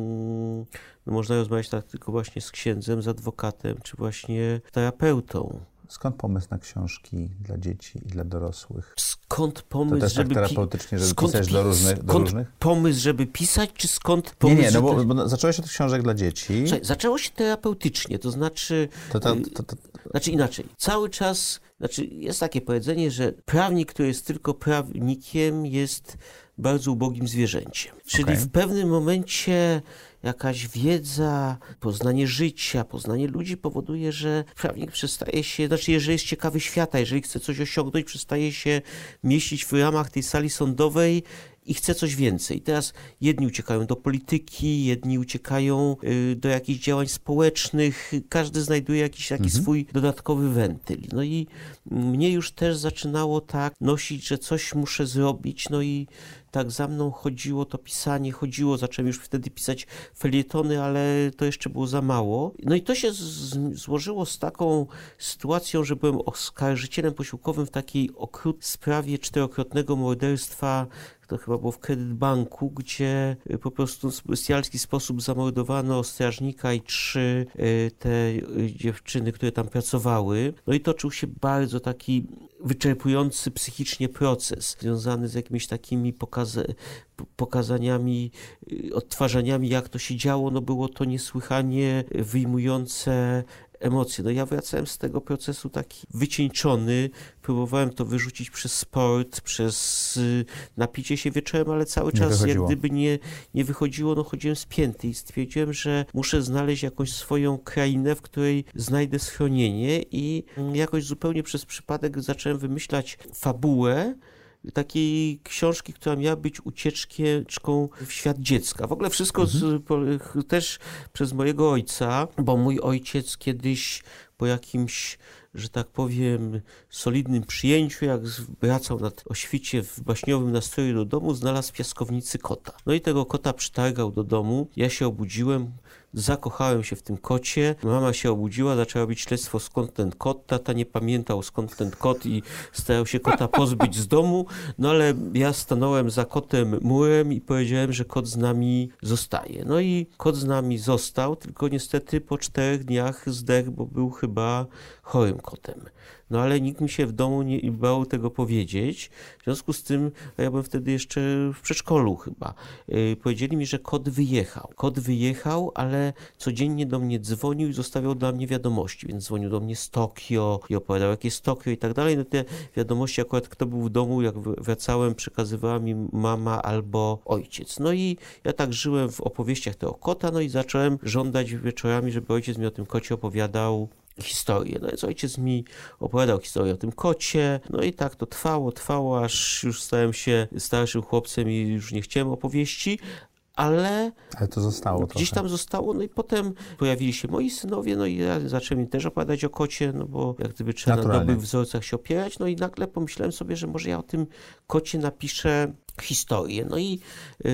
C: mm, no można rozmawiać tak tylko właśnie z księdzem, z adwokatem, czy właśnie terapeutą.
B: Skąd pomysł na książki dla dzieci i dla dorosłych?
C: Skąd pomysł,
B: to też
C: żeby...
B: tak terapeutycznie, żeby
C: skąd
B: pisać
C: pi-
B: do różnych, do
C: skąd
B: różnych?
C: pomysł, żeby pisać, czy skąd pomysł,
B: Nie, nie, no bo,
C: żeby...
B: bo zaczęło się od książek dla dzieci.
C: Słuchaj, zaczęło się terapeutycznie, to znaczy...
B: To, to, to, to, to...
C: Znaczy inaczej, cały czas... Znaczy jest takie powiedzenie, że prawnik, który jest tylko prawnikiem, jest bardzo ubogim zwierzęciem. Czyli
B: okay.
C: w pewnym momencie jakaś wiedza, poznanie życia, poznanie ludzi powoduje, że prawnik przestaje się, znaczy jeżeli jest ciekawy świata, jeżeli chce coś osiągnąć, przestaje się mieścić w ramach tej sali sądowej i chce coś więcej. Teraz jedni uciekają do polityki, jedni uciekają y, do jakichś działań społecznych, każdy znajduje jakiś taki mhm. swój dodatkowy wentyl. No i mnie już też zaczynało tak nosić, że coś muszę zrobić, no i tak za mną chodziło to pisanie, chodziło, zacząłem już wtedy pisać felietony, ale to jeszcze było za mało. No i to się z- złożyło z taką sytuacją, że byłem oskarżycielem posiłkowym w takiej okrutnej sprawie czterokrotnego morderstwa, to chyba było w Kredytbanku, gdzie po prostu w bestialski sposób zamordowano strażnika i trzy te dziewczyny, które tam pracowały. No i toczył się bardzo taki wyczerpujący psychicznie proces, związany z jakimiś takimi pokaza- pokazaniami, odtwarzaniami, jak to się działo. No było to niesłychanie wyjmujące emocje. No ja wracałem z tego procesu taki wycieńczony, próbowałem to wyrzucić przez sport, przez napicie się wieczorem, ale cały czas jak gdyby nie, nie wychodziło, no chodziłem spięty i stwierdziłem, że muszę znaleźć jakąś swoją krainę, w której znajdę schronienie i jakoś zupełnie przez przypadek zacząłem wymyślać fabułę takiej książki, która miała być ucieczką w świat dziecka. W ogóle wszystko mhm. z, po, też przez mojego ojca, bo mój ojciec kiedyś po jakimś, że tak powiem, solidnym przyjęciu, jak wracał nad o świcie w baśniowym nastroju do domu, znalazł w piaskownicy kota. No i tego kota przytargał do domu, ja się obudziłem, zakochałem się w tym kocie, mama się obudziła, zaczęła robić śledztwo, skąd ten kot, tata nie pamiętał, skąd ten kot i starał się kota pozbyć z domu, no ale ja stanąłem za kotem murem i powiedziałem, że kot z nami zostaje. No i kot z nami został, tylko niestety po czterech dniach zdechł, bo był chyba chorym kotem. No ale nikt mi się w domu nie bał tego powiedzieć. W związku z tym, ja byłem wtedy jeszcze w przedszkolu chyba. Yy, powiedzieli mi, że kot wyjechał. Kot wyjechał, ale codziennie do mnie dzwonił i zostawiał dla mnie wiadomości. Więc dzwonił do mnie z Tokio i opowiadał, jakie jest Tokio i tak dalej. No te wiadomości akurat kto był w domu, jak wracałem, przekazywała mi mama albo ojciec. No i ja tak żyłem w opowieściach tego kota, no i zacząłem żądać wieczorami, żeby ojciec mi o tym kocie opowiadał historię. No więc ojciec mi opowiadał historię o tym kocie, no i tak to trwało, trwało, aż już stałem się starszym chłopcem i już nie chciałem opowieści, ale,
B: ale to zostało
C: gdzieś
B: trochę.
C: tam zostało, no i potem pojawili się moi synowie, no i ja zacząłem im też opowiadać o kocie, no bo jak gdyby trzeba
B: Naturalnie.
C: na dobrych wzorcach się opierać, no i nagle pomyślałem sobie, że może ja o tym kocie napiszę historię. No i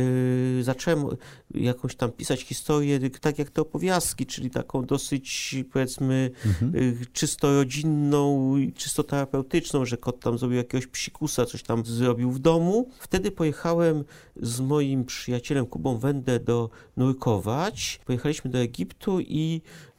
C: yy, zacząłem jakąś tam pisać historię, tak jak te opowiastki, czyli taką dosyć, powiedzmy, mhm. yy, czysto rodzinną i czysto terapeutyczną, że kot tam zrobił jakiegoś psikusa, coś tam zrobił w domu. Wtedy pojechałem z moim przyjacielem Kubą Wendę do nurkować. Pojechaliśmy do Egiptu i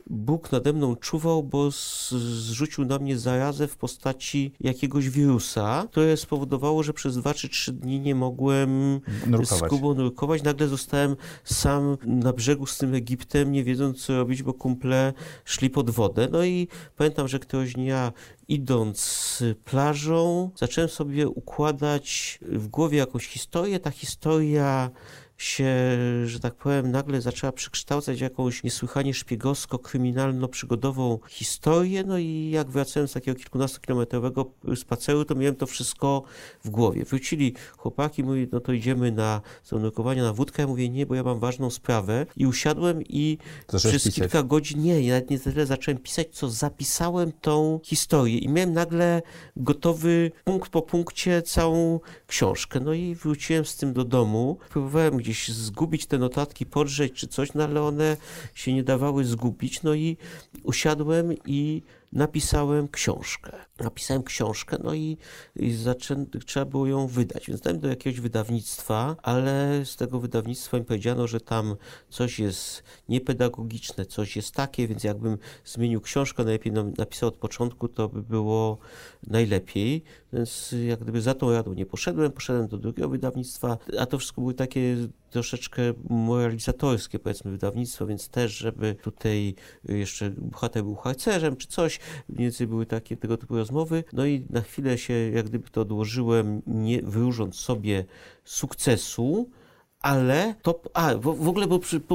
C: Bóg nade mną czuwał, bo z, zrzucił na mnie zarazę w postaci jakiegoś wirusa, które spowodowało, że przez dwa czy trzy dni nie mogłem
B: nurkować.
C: z Kubą nurkować. Nagle zostałem sam na brzegu z tym Egiptem, nie wiedząc co robić, bo kumple szli pod wodę. No i pamiętam, że któregoś dnia idąc plażą, zacząłem sobie układać w głowie jakąś historię. Ta historia się, że tak powiem, nagle zaczęła przekształcać w jakąś niesłychanie szpiegowsko-kryminalno-przygodową historię. No i jak wracałem z takiego kilkunastokilometrowego spaceru, to miałem to wszystko w głowie. Wrócili chłopaki, mówili, no to idziemy na zanurkowanie na wódkę. Ja mówię, nie, bo ja mam ważną sprawę. I usiadłem i przez
B: pisać.
C: kilka godzin, nie, ja nawet nie tyle zacząłem pisać, co zapisałem tą historię. I miałem nagle gotowy punkt po punkcie całą książkę. No i wróciłem z tym do domu. Próbowałem gdzieś zgubić te notatki, podrzeć czy coś, no ale one się nie dawały zgubić. No i usiadłem i napisałem książkę. Napisałem książkę, no i, i zaczę... trzeba było ją wydać. Więc dałem do jakiegoś wydawnictwa, ale z tego wydawnictwa mi powiedziano, że tam coś jest niepedagogiczne, coś jest takie, więc jakbym zmienił książkę, najlepiej napisał od początku, to by było najlepiej. Więc jak gdyby za tą radą nie poszedłem, poszedłem do drugiego wydawnictwa, a to wszystko były takie troszeczkę moralizatorskie, powiedzmy, wydawnictwo, więc też, żeby tutaj jeszcze bohater był harcerzem czy coś, mniej więcej były takie tego typu rozmowy. No i na chwilę się jak gdyby to odłożyłem, nie wróżąc sobie sukcesu, ale to, a w, w ogóle, bo przy, po,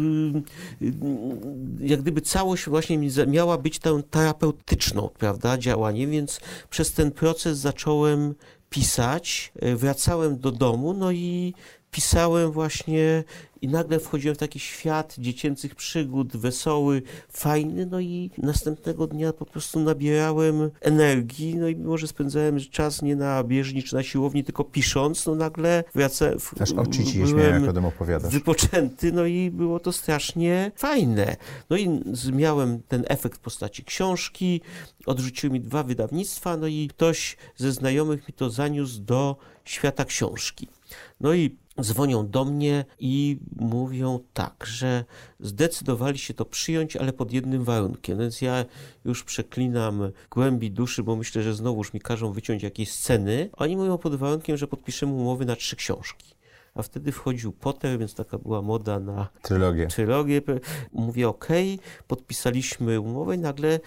C: jak gdyby całość właśnie miała być tą terapeutyczną, prawda, działanie, więc przez ten proces zacząłem pisać, wracałem do domu, no i pisałem właśnie i nagle wchodziłem w taki świat dziecięcych przygód, wesoły, fajny, no i następnego dnia po prostu nabierałem energii, no i mimo, że spędzałem czas nie na bieżni czy na siłowni, tylko pisząc, no nagle wracałem.
B: Aż oczy ci śmieją, jak o tym opowiadasz.
C: Wypoczęty, no i było to strasznie fajne. No i miałem ten efekt w postaci książki, odrzuciły mi dwa wydawnictwa, no i ktoś ze znajomych mi to zaniósł do świata książki. No i dzwonią do mnie i mówią tak, że zdecydowali się to przyjąć, ale pod jednym warunkiem. Więc ja już przeklinam w głębi duszy, bo myślę, że znowuż mi każą wyciąć jakieś sceny. Oni mówią pod warunkiem, że podpiszemy umowy na trzy książki. A wtedy wchodził Potter, więc taka była moda na
B: trylogię.
C: trylogię. Mówię, okej, okay, podpisaliśmy umowę i nagle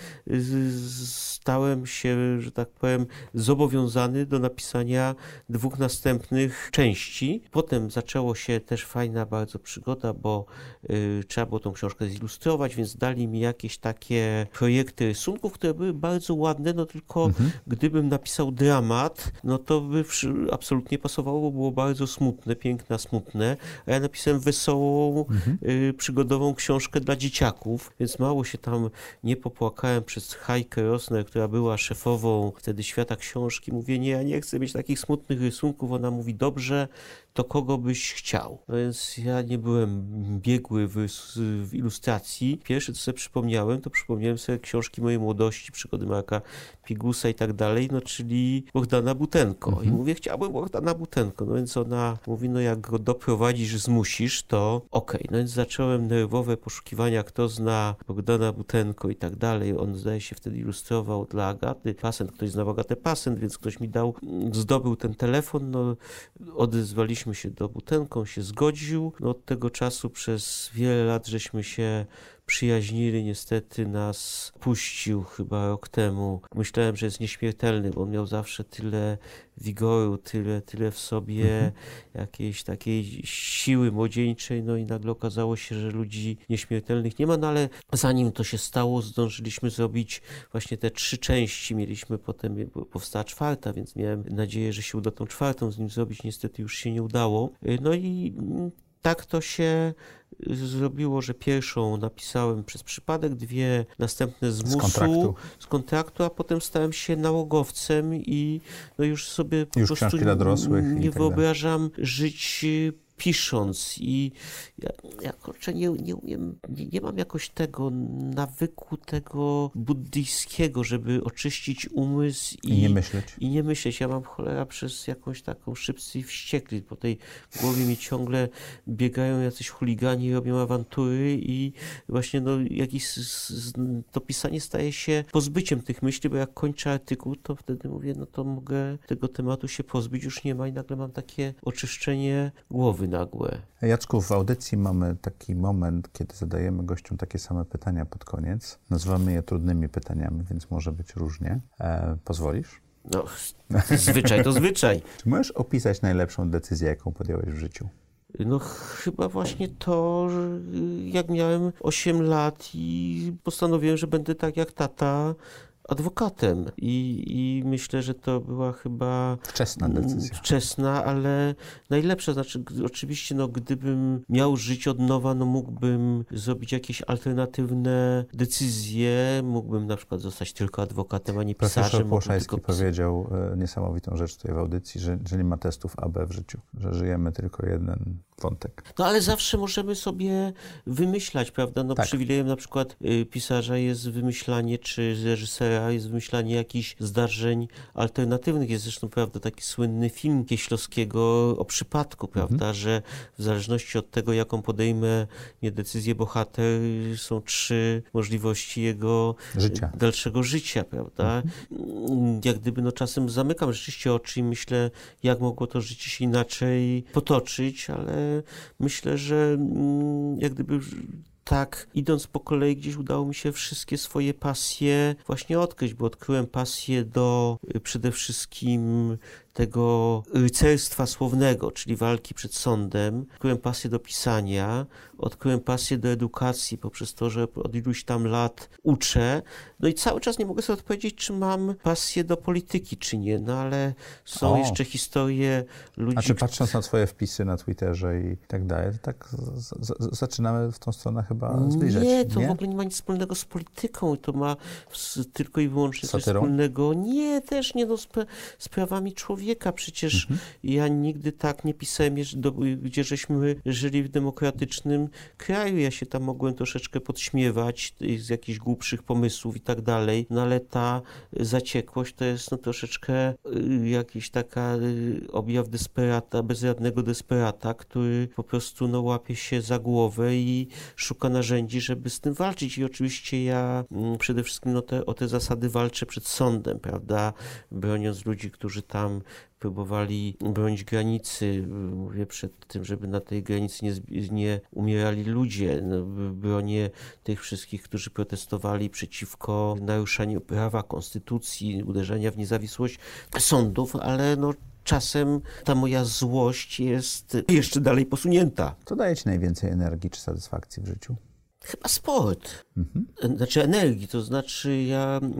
C: stałem się, że tak powiem, zobowiązany do napisania dwóch następnych części. Potem zaczęło się też fajna bardzo przygoda, bo y, trzeba było tą książkę zilustrować, więc dali mi jakieś takie projekty rysunków, które były bardzo ładne, no tylko mhm. gdybym napisał dramat, no to by absolutnie pasowało, bo było bardzo smutne, piękne, na smutne, a ja napisałem wesołą, mhm. y, przygodową książkę dla dzieciaków, więc mało się tam nie popłakałem przez Heike Rosner, która była szefową wtedy świata książki. Mówię, nie, ja nie chcę mieć takich smutnych rysunków. Ona mówi, dobrze, to kogo byś chciał? No więc ja nie byłem biegły w, w ilustracji. Pierwsze, co sobie przypomniałem, to przypomniałem sobie książki mojej młodości, przygody Marka Pigusa i tak dalej, no czyli Bohdana Butenko. Mhm. I mówię, chciałbym Bohdana Butenko. No więc ona mówi, no jak go doprowadzisz, zmusisz, to okej. Okay. No więc zacząłem nerwowe poszukiwania, kto zna Bohdana Butenko i tak dalej. On, zdaje się, wtedy ilustrował dla Agaty Passent. Ktoś znał Agatę Passent, więc ktoś mi dał, zdobył ten telefon, no odezwaliśmy się do Butenko, on się zgodził. No od tego czasu przez wiele lat żeśmy się przyjaźnili, niestety nas puścił chyba rok temu. Myślałem, że jest nieśmiertelny, bo on miał zawsze tyle wigoru, tyle, tyle w sobie mhm. jakiejś takiej siły młodzieńczej, no i nagle okazało się, że ludzi nieśmiertelnych nie ma, no ale zanim to się stało, zdążyliśmy zrobić właśnie te trzy części. Mieliśmy potem, powstała czwarta, więc miałem nadzieję, że się uda tą czwartą z nim zrobić. Niestety już się nie udało. No i tak to się zrobiło, że pierwszą napisałem przez przypadek, dwie następne z musu, z
B: kontraktu,
C: z kontraktu a potem stałem się nałogowcem i no już sobie po
B: już
C: prostu
B: dla dorosłych
C: nie
B: tak
C: wyobrażam żyć pisząc i ja, ja kurczę, nie, nie umiem, nie, nie mam jakoś tego nawyku tego buddyjskiego, żeby oczyścić umysł i,
B: I nie myśleć.
C: I nie myśleć. Ja mam cholera przez jakąś taką szybcy i wściekli. Po tej głowie mi ciągle biegają jacyś chuligani i robią awantury i właśnie no, jakiś, to pisanie staje się pozbyciem tych myśli, bo jak kończę artykuł, to wtedy mówię, no to mogę tego tematu się pozbyć, już nie ma i nagle mam takie oczyszczenie głowy nagłe.
B: Jacku, w audycji mamy taki moment, kiedy zadajemy gościom takie same pytania pod koniec. Nazywamy je trudnymi pytaniami, więc może być różnie. E, pozwolisz?
C: No, zwyczaj to zwyczaj.
B: Czy możesz opisać najlepszą decyzję, jaką podjąłeś w życiu?
C: No chyba właśnie to, że jak miałem osiem lat i postanowiłem, że będę tak jak tata adwokatem i, i myślę, że to była chyba
B: wczesna decyzja.
C: Wczesna, ale najlepsza. Znaczy oczywiście, no gdybym miał żyć od nowa, no mógłbym zrobić jakieś alternatywne decyzje, mógłbym na przykład zostać tylko adwokatem, a nie pisarzem.
B: Profesor Płoszański
C: tylko...
B: powiedział e, niesamowitą rzecz tutaj w audycji, że, że nie ma testów A B w życiu, że żyjemy tylko jeden wątek.
C: No ale zawsze możemy sobie wymyślać, prawda? No
B: tak.
C: Przywilejem na przykład y, pisarza jest wymyślanie, czy reżysera jest wymyślanie jakichś zdarzeń alternatywnych. Jest zresztą, prawda, taki słynny film Kieślowskiego o przypadku, prawda, mhm. że w zależności od tego, jaką podejmę nie, decyzję bohater, są trzy możliwości jego
B: życia.
C: dalszego życia, prawda. Mhm. Jak gdyby, no czasem zamykam rzeczywiście oczy i myślę, jak mogło to życie się inaczej potoczyć, ale myślę, że jak gdyby tak, idąc po kolei, gdzieś udało mi się wszystkie swoje pasje właśnie odkryć, bo odkryłem pasję do przede wszystkim tego rycerstwa słownego, czyli walki przed sądem. Odkryłem pasję do pisania, odkryłem pasję do edukacji poprzez to, że od iluś tam lat uczę. No i cały czas nie mogę sobie odpowiedzieć, czy mam pasję do polityki, czy nie. No ale są
B: o.
C: jeszcze historie ludzi...
B: A czy patrząc na twoje wpisy na Twitterze i tak dalej, to tak z, z, zaczynamy w tą stronę chyba zbliżać.
C: Nie, to
B: nie?
C: w ogóle nie ma nic wspólnego z polityką. To ma z, tylko i wyłącznie coś
B: Satyrą?
C: wspólnego. Nie, też nie, no z, z prawami człowieka. Przecież mhm. ja nigdy tak nie pisałem, gdzie żeśmy żyli w demokratycznym kraju. Ja się tam mogłem troszeczkę podśmiewać z jakichś głupszych pomysłów i tak dalej, no ale ta zaciekłość to jest no troszeczkę jakiś taka objaw desperata, bezradnego desperata, który po prostu no łapie się za głowę i szuka narzędzi, żeby z tym walczyć. I oczywiście ja przede wszystkim no te, o te zasady walczę przed sądem, prawda, broniąc ludzi, którzy tam próbowali bronić granicy, mówię przed tym, żeby na tej granicy nie, nie umierali ludzie, no, bronię tych wszystkich, którzy protestowali przeciwko naruszaniu prawa, konstytucji, uderzenia w niezawisłość sądów, ale no czasem ta moja złość jest jeszcze dalej posunięta.
B: Co daje ci najwięcej energii czy satysfakcji w życiu?
C: Chyba sport. Mhm. Znaczy energii, to znaczy ja mm,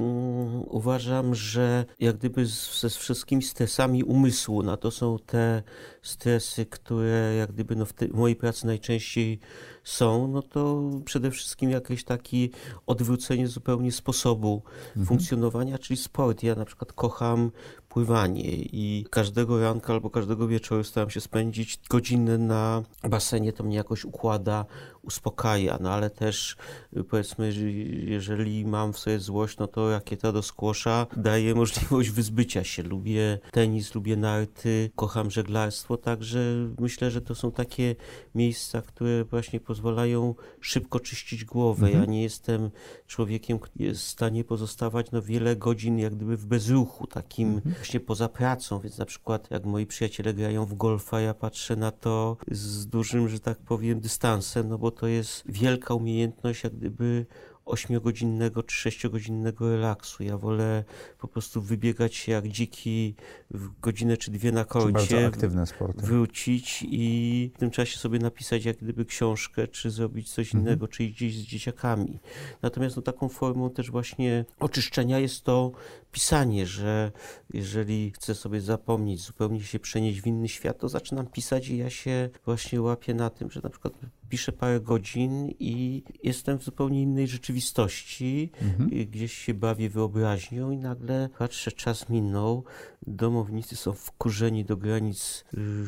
C: uważam, że jak gdyby z, ze wszystkimi stresami umysłu, no to są te stresy, które jak gdyby no w, te, w mojej pracy najczęściej są, no to przede wszystkim jakieś takie odwrócenie zupełnie sposobu mhm. funkcjonowania, czyli sport. Ja na przykład kocham pływanie i każdego ranka albo każdego wieczoru staram się spędzić godzinę na basenie, to mnie jakoś układa, uspokaja, no ale też powiedzmy, jeżeli mam w sobie złość, no to rakieta do squasha daje możliwość wyzbycia się. Lubię tenis, lubię narty, kocham żeglarstwo, także myślę, że to są takie miejsca, które właśnie pozwalają szybko czyścić głowę. Mhm. Ja nie jestem człowiekiem, który jest w stanie pozostawać no wiele godzin jak gdyby w bezruchu, takim mhm. właśnie poza pracą, więc na przykład jak moi przyjaciele grają w golfa, ja patrzę na to z dużym, że tak powiem, dystansem, no bo to jest wielka umiejętność jak gdyby ośmiogodzinnego czy sześciogodzinnego relaksu. Ja wolę po prostu wybiegać się jak dziki w godzinę czy dwie na korcie,
B: aktywne sporty.
C: Wrócić i w tym czasie sobie napisać jak gdyby książkę, czy zrobić coś mhm. innego, czy gdzieś z dzieciakami. Natomiast no, taką formą też właśnie oczyszczenia jest to pisanie, że jeżeli chcę sobie zapomnieć, zupełnie się przenieść w inny świat, to zaczynam pisać i ja się właśnie łapię na tym, że na przykład piszę parę godzin i jestem w zupełnie innej rzeczywistości, mhm. gdzieś się bawię wyobraźnią i nagle patrzę, czas minął, domownicy są wkurzeni do granic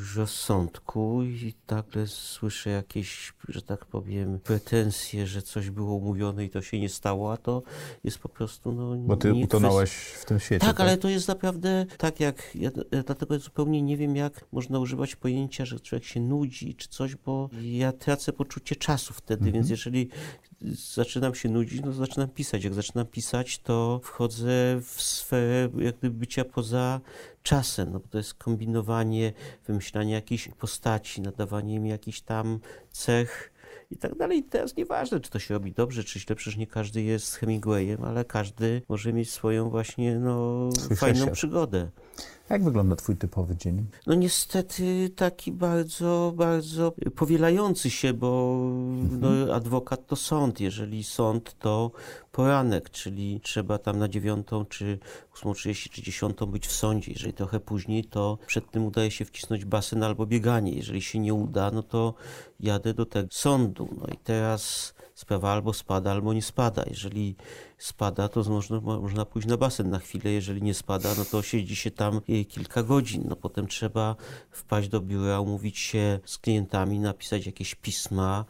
C: rozsądku i nagle słyszę jakieś, że tak powiem, pretensje, że coś było umówione i to się nie stało, a to jest po prostu no...
B: Bo ty utonąłeś w tym świecie.
C: Tak, tak, ale to jest naprawdę tak jak, ja, ja dlatego zupełnie nie wiem, jak można używać pojęcia, że człowiek się nudzi czy coś, bo ja tracę poczucie czasu wtedy, mhm. więc jeżeli zaczynam się nudzić, no to zaczynam pisać. Jak zaczynam pisać, to wchodzę w sferę jak gdyby bycia poza czasem, no bo to jest kombinowanie, wymyślanie jakiejś postaci, nadawanie im jakichś tam cech i tak dalej. I teraz nieważne, czy to się robi dobrze, czy źle, przecież nie każdy jest Hemingwayem, ale każdy może mieć swoją właśnie no, fajną przygodę.
B: Jak wygląda twój typowy dzień?
C: No niestety taki bardzo, bardzo powielający się, bo mhm. no, adwokat to sąd. Jeżeli sąd, to poranek, czyli trzeba tam na dziewiątą, czy ósmą trzydzieści, czy dziesiątą być w sądzie. Jeżeli trochę później, to przed tym udaje się wcisnąć basen albo bieganie. Jeżeli się nie uda, no to jadę do tego sądu. No i teraz sprawa albo spada, albo nie spada. Jeżeli spada, to można, można pójść na basen na chwilę. Jeżeli nie spada, no to siedzi się tam kilka godzin. No potem trzeba wpaść do biura, umówić się z klientami, napisać jakieś pisma,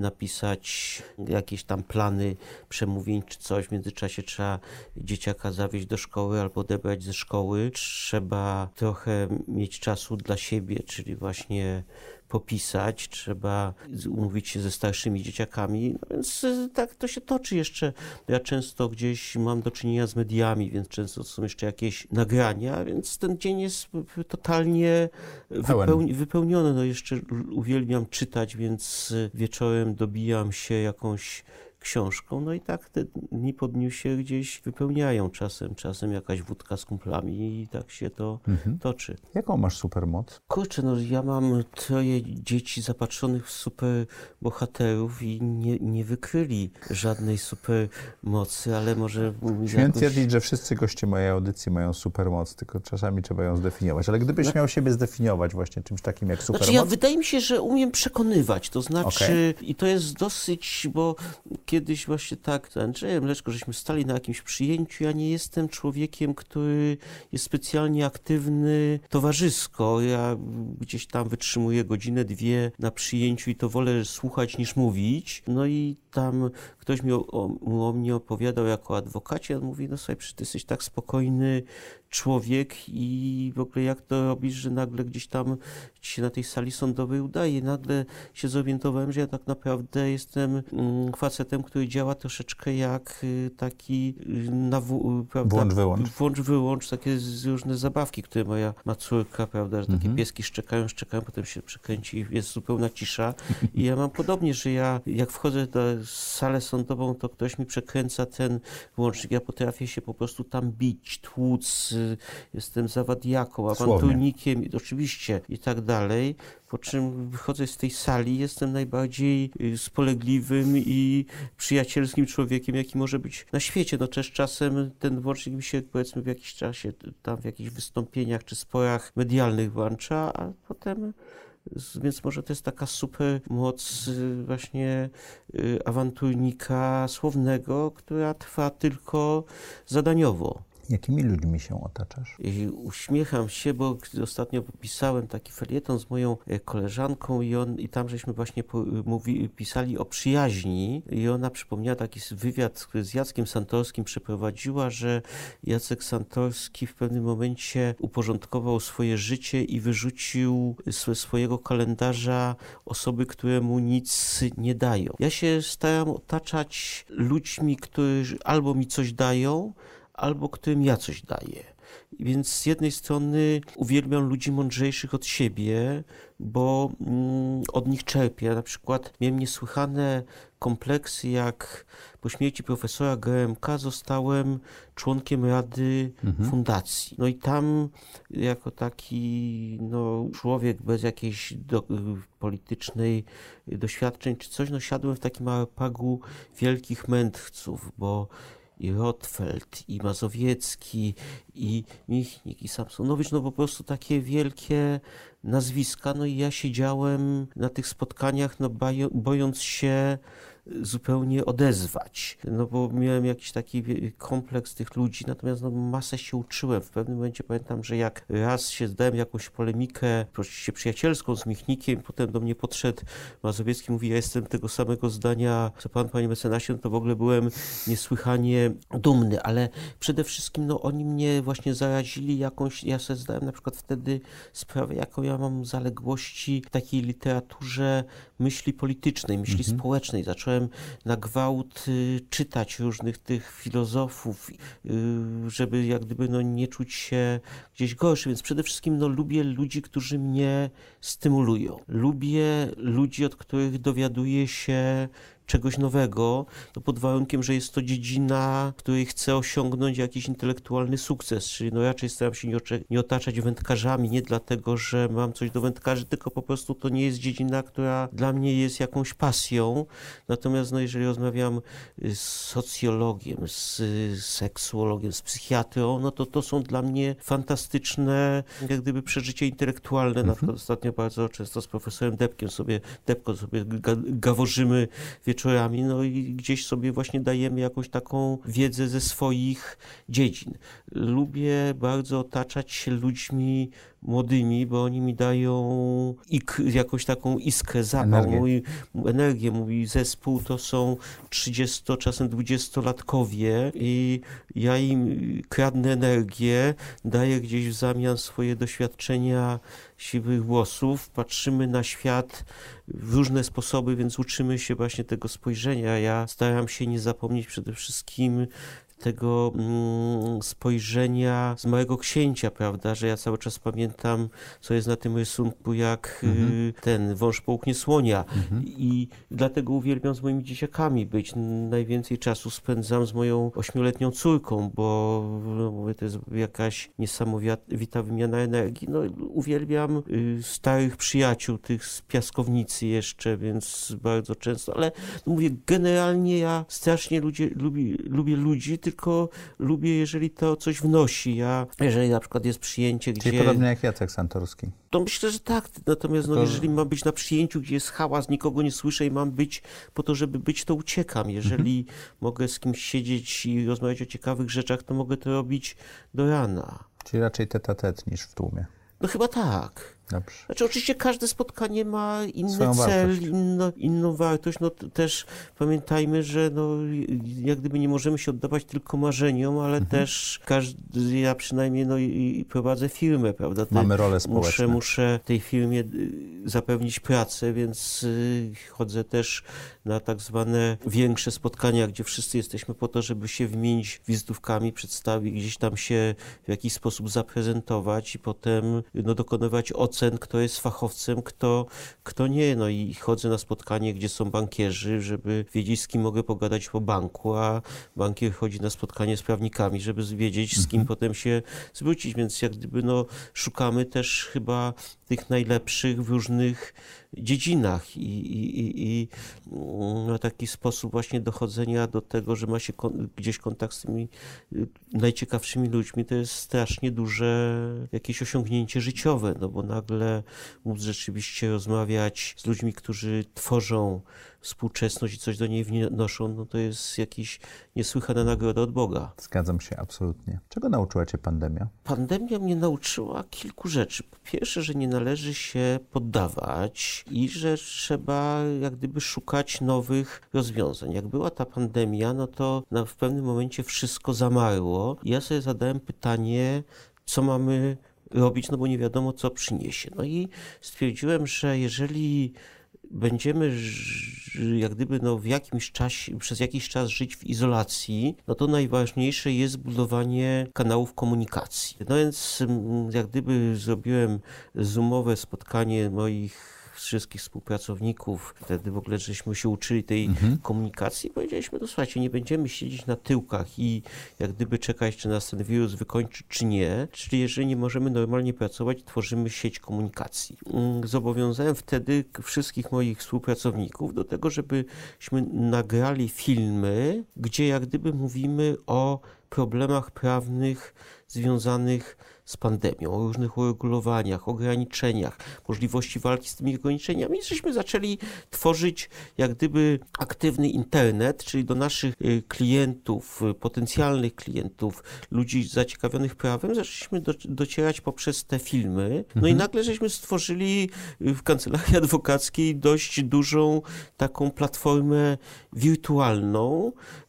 C: napisać jakieś tam plany przemówień czy coś. W międzyczasie trzeba dzieciaka zawieźć do szkoły albo odebrać ze szkoły. Trzeba trochę mieć czasu dla siebie, czyli właśnie popisać, trzeba umówić się ze starszymi dzieciakami, no więc tak to się toczy jeszcze. Ja często gdzieś mam do czynienia z mediami, więc często są jeszcze jakieś nagrania, więc ten dzień jest totalnie wypełni- wypełniony. No jeszcze uwielbiam czytać, więc wieczorem dobijam się jakąś książką, no i tak te dni po dniu się gdzieś wypełniają czasem, czasem jakaś wódka z kumplami i tak się to mhm. toczy.
B: Jaką masz supermoc?
C: Kurczę, no ja mam troje dzieci zapatrzonych w superbohaterów i nie, nie wykryli żadnej supermocy, ale może...
B: Śmiem jakąś... twierdzić, że wszyscy goście mojej audycji mają supermoc, tylko czasami trzeba ją zdefiniować. Ale gdybyś no... miał siebie zdefiniować właśnie czymś takim jak supermoc...
C: Znaczy ja, wydaje mi się, że umiem przekonywać, to znaczy okay. i to jest dosyć, bo kiedyś właśnie tak z Andrzejem Leszko, żeśmy stali na jakimś przyjęciu. Ja nie jestem człowiekiem, który jest specjalnie aktywny towarzysko. Ja gdzieś tam wytrzymuję godzinę, dwie na przyjęciu i to wolę słuchać niż mówić. No i tam ktoś mi o, o, o mnie opowiadał jako adwokacie. On mówi, no słuchaj, przecież ty jesteś tak spokojny człowiek i w ogóle jak to robisz, że nagle gdzieś tam ci się na tej sali sądowej udaje. Nagle się zorientowałem, że ja tak naprawdę jestem mm, facetem, który działa troszeczkę jak y, taki y, na w, prawda,
B: włącz-wyłącz.
C: Włącz-wyłącz, takie z, różne zabawki, które moja ma córka, prawda, że takie mhm. pieski szczekają, szczekają, potem się przekręci i jest zupełna cisza. I ja mam podobnie, że ja jak wchodzę do salę sądową, to ktoś mi przekręca ten włącznik. Ja potrafię się po prostu tam bić, tłuc, jestem zawadiaką, awanturnikiem, oczywiście i tak dalej. Po czym wychodzę z tej sali, jestem najbardziej spolegliwym i przyjacielskim człowiekiem, jaki może być na świecie. No też czasem ten włącznik mi się, powiedzmy, w jakimś czasie, tam w jakichś wystąpieniach czy sporach medialnych włącza, a potem... Więc może to jest taka super moc właśnie awanturnika słownego, która trwa tylko zadaniowo.
B: Jakimi ludźmi się otaczasz?
C: I uśmiecham się, bo ostatnio pisałem taki felieton z moją koleżanką i, on, i tam żeśmy właśnie po, mówi, pisali o przyjaźni i ona przypomniała taki wywiad, który z Jackiem Santorskim przeprowadziła, że Jacek Santorski w pewnym momencie uporządkował swoje życie i wyrzucił ze swojego kalendarza osoby, które mu nic nie dają. Ja się staram otaczać ludźmi, którzy albo mi coś dają, albo którym ja coś daję. Więc z jednej strony uwielbiam ludzi mądrzejszych od siebie, bo mm, od nich czerpię. Na przykład miałem niesłychane kompleksy, jak po śmierci profesora G M K zostałem członkiem Rady mhm. Fundacji. No i tam jako taki no, człowiek bez jakiejś do, politycznej doświadczeń czy coś, no siadłem w takim areopagu wielkich mędrców, bo i Rotfeld, i Mazowiecki, i Michnik, i Samsonowicz, no po prostu takie wielkie nazwiska. No i ja siedziałem na tych spotkaniach, no bojąc się zupełnie odezwać, no bo miałem jakiś taki kompleks tych ludzi, natomiast no, masę się uczyłem. W pewnym momencie pamiętam, że jak raz się zdałem jakąś polemikę, oczywiście przyjacielską z Michnikiem, potem do mnie podszedł Mazowiecki, mówi, ja jestem tego samego zdania, co pan, panie mecenasie, no to w ogóle byłem niesłychanie dumny, ale przede wszystkim no oni mnie właśnie zarazili jakąś, ja sobie zdałem na przykład wtedy sprawę, jaką ja mam zaległości w takiej literaturze myśli politycznej, myśli mhm. społecznej. Zacząłem na gwałt y, czytać różnych tych filozofów, y, żeby jak gdyby no, nie czuć się gdzieś gorszy, więc przede wszystkim no, lubię ludzi, którzy mnie stymulują. Lubię ludzi, od których dowiaduję się czegoś nowego, no pod warunkiem, że jest to dziedzina, w której chcę osiągnąć jakiś intelektualny sukces, czyli no raczej staram się nie, nie otaczać wędkarzami, nie dlatego, że mam coś do wędkarzy, tylko po prostu to nie jest dziedzina, która dla mnie jest jakąś pasją. Natomiast no jeżeli rozmawiam z socjologiem, z seksuologiem, z psychiatrą, no to to są dla mnie fantastyczne jak gdyby przeżycia intelektualne. Mhm. Na przykład ostatnio bardzo często z profesorem Debkiem sobie, Debko sobie gaworzymy wieczorami, no i gdzieś sobie właśnie dajemy jakąś taką wiedzę ze swoich dziedzin. Lubię bardzo otaczać się ludźmi młodymi, bo oni mi dają ik, jakąś taką iskrę, zapał, energię. Mój, energię. Mój zespół to są trzydziesto, czasem dwudziestolatkowie i ja im kradnę energię, daję gdzieś w zamian swoje doświadczenia siwych włosów, patrzymy na świat w różne sposoby, więc uczymy się właśnie tego spojrzenia. Ja staram się nie zapomnieć przede wszystkim tego mm, spojrzenia z Małego Księcia, prawda, że ja cały czas pamiętam, co jest na tym rysunku, jak mhm. y, ten wąż połknie słonia mhm. i dlatego uwielbiam z moimi dzieciakami być. Najwięcej czasu spędzam z moją ośmioletnią córką, bo no, mówię, to jest jakaś niesamowita wymiana energii. No, uwielbiam y, starych przyjaciół, tych z piaskownicy jeszcze, więc bardzo często, ale no, mówię, generalnie ja strasznie ludzie, lubi, lubię ludzi, tylko lubię, jeżeli to coś wnosi. Ja, jeżeli na przykład jest przyjęcie, gdzie...
B: Czyli podobnie jak Jacek Santorski.
C: To myślę, że tak. Natomiast no, jeżeli mam być na przyjęciu, gdzie jest hałas, nikogo nie słyszę i mam być po to, żeby być, to uciekam. Jeżeli mhm. mogę z kimś siedzieć i rozmawiać o ciekawych rzeczach, to mogę to robić do rana.
B: Czyli raczej tete-a-tete niż w tłumie.
C: No chyba tak.
B: Dobrze.
C: Znaczy oczywiście każde spotkanie ma inny
B: Swoją
C: cel,
B: wartość.
C: Inno, inną wartość. No też pamiętajmy, że no, jak gdyby nie możemy się oddawać tylko marzeniom, ale mhm. też każdy, ja przynajmniej no, i, i prowadzę firmę, prawda? Te,
B: Mamy rolę społeczną.
C: Muszę, muszę tej firmie zapewnić pracę, więc y, chodzę też na tak zwane większe spotkania, gdzie wszyscy jesteśmy po to, żeby się wymienić wizytówkami, przedstawić, gdzieś tam się w jakiś sposób zaprezentować i potem no, dokonywać ocen, kto jest fachowcem, kto, kto nie. No i chodzę na spotkanie, gdzie są bankierzy, żeby wiedzieć, z kim mogę pogadać po banku, a bankier chodzi na spotkanie z prawnikami, żeby wiedzieć, z kim mhm. potem się zwrócić. Więc jak gdyby no, szukamy też chyba tych najlepszych w różnych dziedzinach i, i, i, i no, taki sposób właśnie dochodzenia do tego, że ma się kon, gdzieś kontakt z tymi najciekawszymi ludźmi, to jest strasznie duże jakieś osiągnięcie życiowe, no bo nagle móc rzeczywiście rozmawiać z ludźmi, którzy tworzą współczesność i coś do niej wnoszą, no to jest jakaś niesłychana nagroda od Boga.
B: Zgadzam się absolutnie. Czego nauczyła cię pandemia?
C: Pandemia mnie nauczyła kilku rzeczy. Po pierwsze, że nie należy się poddawać i że trzeba jak gdyby szukać nowych rozwiązań. Jak była ta pandemia, no to na, w pewnym momencie wszystko zamarło. I ja sobie zadałem pytanie, co mamy robić, no bo nie wiadomo, co przyniesie. No i stwierdziłem, że jeżeli będziemy jak gdyby no w jakimś czasie, przez jakiś czas żyć w izolacji, no to najważniejsze jest budowanie kanałów komunikacji. No więc jak gdyby zrobiłem zoomowe spotkanie moich wszystkich współpracowników. Wtedy w ogóle żeśmy się uczyli tej mhm. komunikacji. Powiedzieliśmy, no słuchajcie, nie będziemy siedzieć na tyłkach i jak gdyby czekać, czy nas ten wirus wykończy, czy nie. Czyli jeżeli nie możemy normalnie pracować, tworzymy sieć komunikacji. Zobowiązałem wtedy wszystkich moich współpracowników do tego, żebyśmy nagrali filmy, gdzie jak gdyby mówimy o problemach prawnych związanych z pandemią, o różnych uregulowaniach, ograniczeniach, możliwości walki z tymi ograniczeniami. I żeśmy zaczęli tworzyć jak gdyby aktywny internet, czyli do naszych klientów, potencjalnych klientów, ludzi zaciekawionych prawem, zaczęliśmy do, docierać poprzez te filmy. No mhm. i nagle żeśmy stworzyli w kancelarii adwokackiej dość dużą taką platformę wirtualną,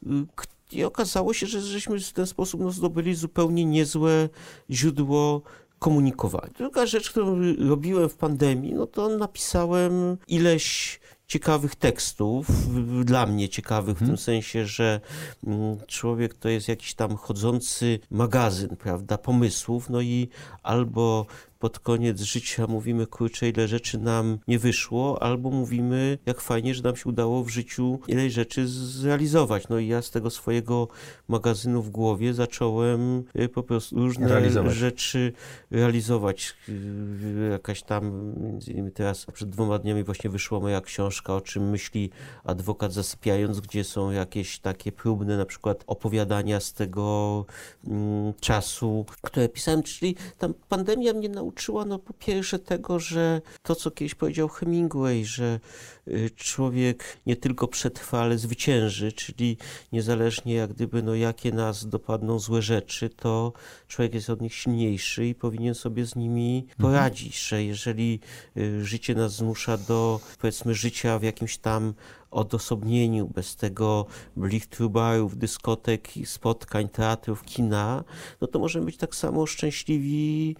C: i okazało się, że żeśmy w ten sposób no, zdobyli zupełnie niezłe źródło komunikowania. Druga rzecz, którą robiłem w pandemii, no to napisałem ileś ciekawych tekstów, dla mnie ciekawych w hmm. tym sensie, że człowiek to jest jakiś tam chodzący magazyn, prawda, pomysłów, no i albo pod koniec życia mówimy, kurczę, ile rzeczy nam nie wyszło, albo mówimy, jak fajnie, że nam się udało w życiu ileś rzeczy zrealizować. No i ja z tego swojego magazynu w głowie zacząłem po prostu różne realizować. rzeczy realizować. Jakaś tam, między innymi teraz przed dwoma dniami właśnie wyszła moja książka, O czym myśli adwokat zasypiając, gdzie są jakieś takie próbne na przykład opowiadania z tego mm, czasu, które pisałem, czyli tam pandemia mnie nauczyła Uczyła, no po pierwsze tego, że to, co kiedyś powiedział Hemingway, że człowiek nie tylko przetrwa, ale zwycięży, czyli niezależnie jak gdyby, no jakie nas dopadną złe rzeczy, to człowiek jest od nich silniejszy i powinien sobie z nimi poradzić, mhm. że jeżeli życie nas zmusza do, powiedzmy, życia w jakimś tam odosobnieniu, bez tego blichtru barów, dyskotek, spotkań, teatrów, kina, no to możemy być tak samo szczęśliwi,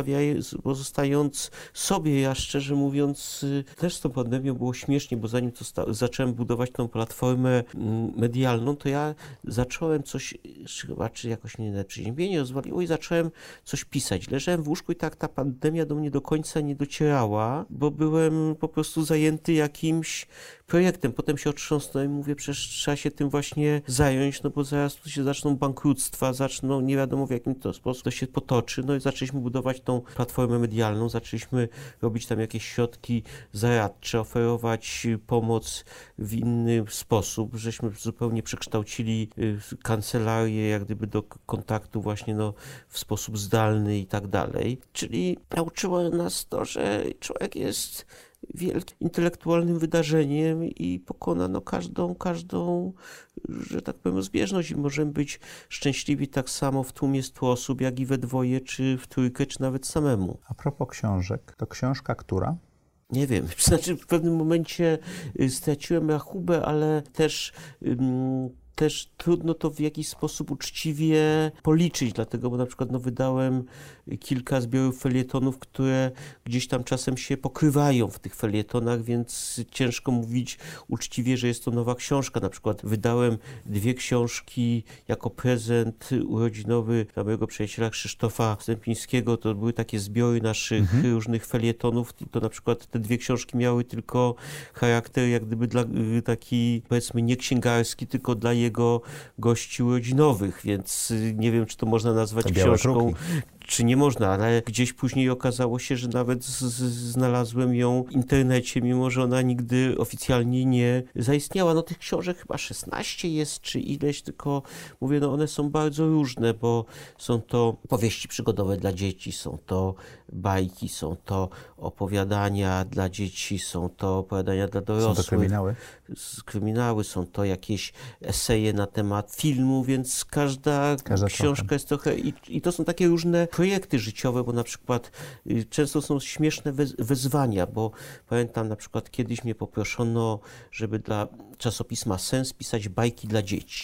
C: pozostając sobie. Ja szczerze mówiąc, też z tą pandemią było śmiesznie, bo zanim to sta- zacząłem budować tą platformę medialną, to ja zacząłem coś, chyba czy jakoś mnie przeziębienie rozwaliło i zacząłem coś pisać. Leżałem w łóżku i tak ta pandemia do mnie do końca nie docierała, bo byłem po prostu zajęty jakimś projektem. Potem się otrząsnąłem i mówię, przecież trzeba się tym właśnie zająć, no bo zaraz tu się zaczną bankructwa, zaczną, nie wiadomo w jakim to sposób to się potoczy. No i zaczęliśmy budować tą platformę medialną, zaczęliśmy robić tam jakieś środki zaradcze, oferować pomoc w inny sposób, żeśmy zupełnie przekształcili kancelarię jak gdyby do kontaktu właśnie no, w sposób zdalny i tak dalej. Czyli nauczyło nas to, że człowiek jest wielkim intelektualnym wydarzeniem i pokona no, każdą, każdą, że tak powiem, zbieżność i możemy być szczęśliwi tak samo w tłumie stu osób, jak i we dwoje, czy w trójkę, czy nawet samemu.
A: A propos książek, to książka która?
C: Nie wiem, znaczy w pewnym momencie straciłem rachubę, ale też... Um, też trudno to w jakiś sposób uczciwie policzyć, dlatego, bo na przykład no, wydałem kilka zbiorów felietonów, które gdzieś tam czasem się pokrywają w tych felietonach, więc ciężko mówić uczciwie, że jest to nowa książka. Na przykład wydałem dwie książki jako prezent urodzinowy dla mojego przyjaciela Krzysztofa Stępińskiego. To były takie zbiory naszych mhm. różnych felietonów. To na przykład te dwie książki miały tylko charakter jak gdyby dla, taki, powiedzmy, nie księgarski, tylko dla jego gości urodzinowych, więc nie wiem, czy to można nazwać to książką, czy nie można, ale gdzieś później okazało się, że nawet z, z, znalazłem ją w internecie, mimo że ona nigdy oficjalnie nie zaistniała. No tych książek chyba szesnaście jest, czy ileś, tylko mówię, no one są bardzo różne, bo są to powieści przygodowe dla dzieci, są to bajki, są to opowiadania dla dzieci, są to opowiadania dla dorosłych.
A: Są to kryminały?
C: Kryminały, są to jakieś eseje na temat filmu, więc każda, każda książka trochę. jest trochę... I, I to są takie różne projekty życiowe, bo na przykład y, często są śmieszne wez, wezwania, bo pamiętam na przykład kiedyś mnie poproszono, żeby dla czasopisma Sens pisać bajki dla dzieci.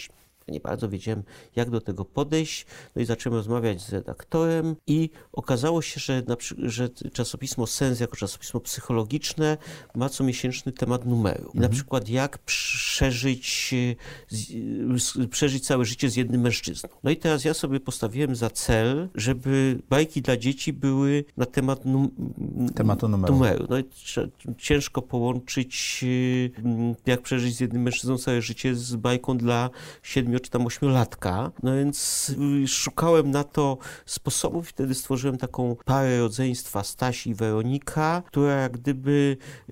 C: nie bardzo wiedziałem, jak do tego podejść. No i zacząłem rozmawiać z redaktorem i okazało się, że, na przykład, że czasopismo Sens jako czasopismo psychologiczne ma comiesięczny temat numeru. I mhm. na przykład jak przeżyć, przeżyć całe życie z jednym mężczyzną. No i teraz ja sobie postawiłem za cel, żeby bajki dla dzieci były na temat num
B: tematu numeru.
C: numeru. No i ciężko połączyć jak przeżyć z jednym mężczyzną całe życie z bajką dla siedmiu czy tam ośmiolatka. No więc szukałem na to sposobów i wtedy stworzyłem taką parę rodzeństwa Stasi i Weronika, która jak gdyby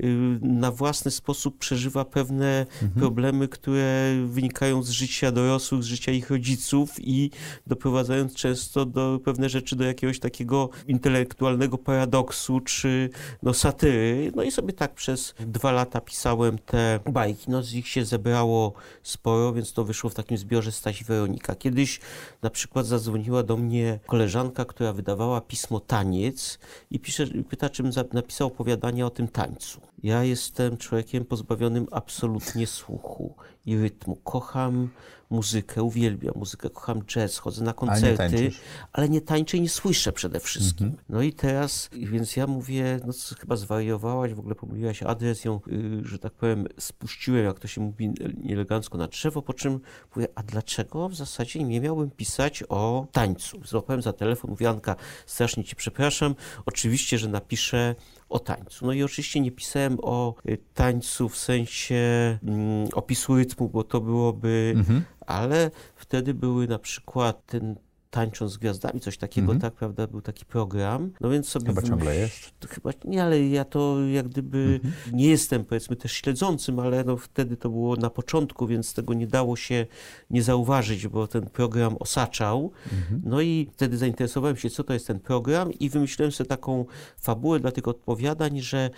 C: na własny sposób przeżywa pewne mhm. problemy, które wynikają z życia dorosłych, z życia ich rodziców i doprowadzając często do pewne rzeczy do jakiegoś takiego intelektualnego paradoksu czy no, satyry. No i sobie tak przez dwa lata pisałem te bajki. No z ich się zebrało sporo, więc to wyszło w takim zbiorze Staś i Weronika. Kiedyś na przykład zadzwoniła do mnie koleżanka, która wydawała pismo Taniec i pisze, pyta, czym napisał opowiadanie o tym tańcu. Ja jestem człowiekiem pozbawionym absolutnie słuchu i rytmu. Kocham muzykę, uwielbiam muzykę, kocham jazz, chodzę na koncerty, ale nie, ale nie tańczę i nie słyszę przede wszystkim. Mhm. No i teraz, więc ja mówię, no co, chyba zwariowałaś, w ogóle pomyliłaś adres, ją, yy, że tak powiem, spuściłem, jak to się mówi nieelegancko, na drzewo, po czym mówię, a dlaczego w zasadzie nie miałbym pisać o tańcu? Złapałem za telefon, mówię, Anka, strasznie ci przepraszam, oczywiście, że napiszę o tańcu. No i oczywiście nie pisałem o tańcu w sensie mm, opisu rytmu, bo to byłoby, mhm. ale wtedy były na przykład ten Tańcząc z gwiazdami, coś takiego, mm-hmm. tak, prawda, był taki program. No więc sobie
B: Chyba ciągle jest.
C: Chyba nie, ale ja to jak gdyby mm-hmm. nie jestem, powiedzmy, też śledzącym, ale no wtedy to było na początku, więc tego nie dało się nie zauważyć, bo ten program osaczał. Mm-hmm. No i wtedy zainteresowałem się, co to jest ten program i wymyśliłem sobie taką fabułę dla tych odpowiadań, że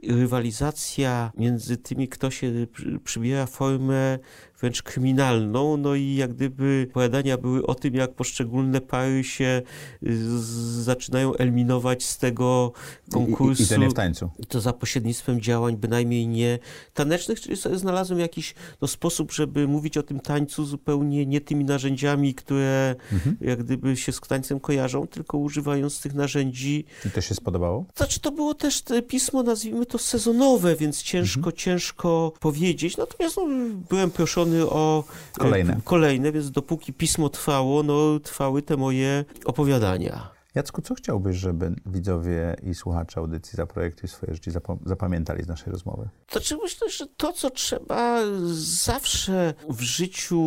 C: rywalizacja między tymi, kto się przybiera formę wręcz kryminalną, no i jak gdyby opowiadania były o tym, jak poszczególne pary się z, zaczynają eliminować z tego konkursu.
B: I, i, i to nie w tańcu.
C: I to za pośrednictwem działań bynajmniej nie tanecznych, czyli sobie znalazłem jakiś no, sposób, żeby mówić o tym tańcu zupełnie nie tymi narzędziami, które mhm. jak gdyby się z tańcem kojarzą, tylko używając tych narzędzi.
B: I to się spodobało?
C: Znaczy to było też pismo, nazwijmy to sezonowe, więc ciężko, mhm. ciężko powiedzieć. Natomiast no, byłem proszony o
B: kolejne.
C: kolejne, więc dopóki pismo trwało, no trwały te moje opowiadania.
B: Jacku, co chciałbyś, żeby widzowie i słuchacze audycji Zaprojektuj swoje życie zapamiętali z naszej rozmowy?
C: Znaczy myślę, że to, co trzeba zawsze w życiu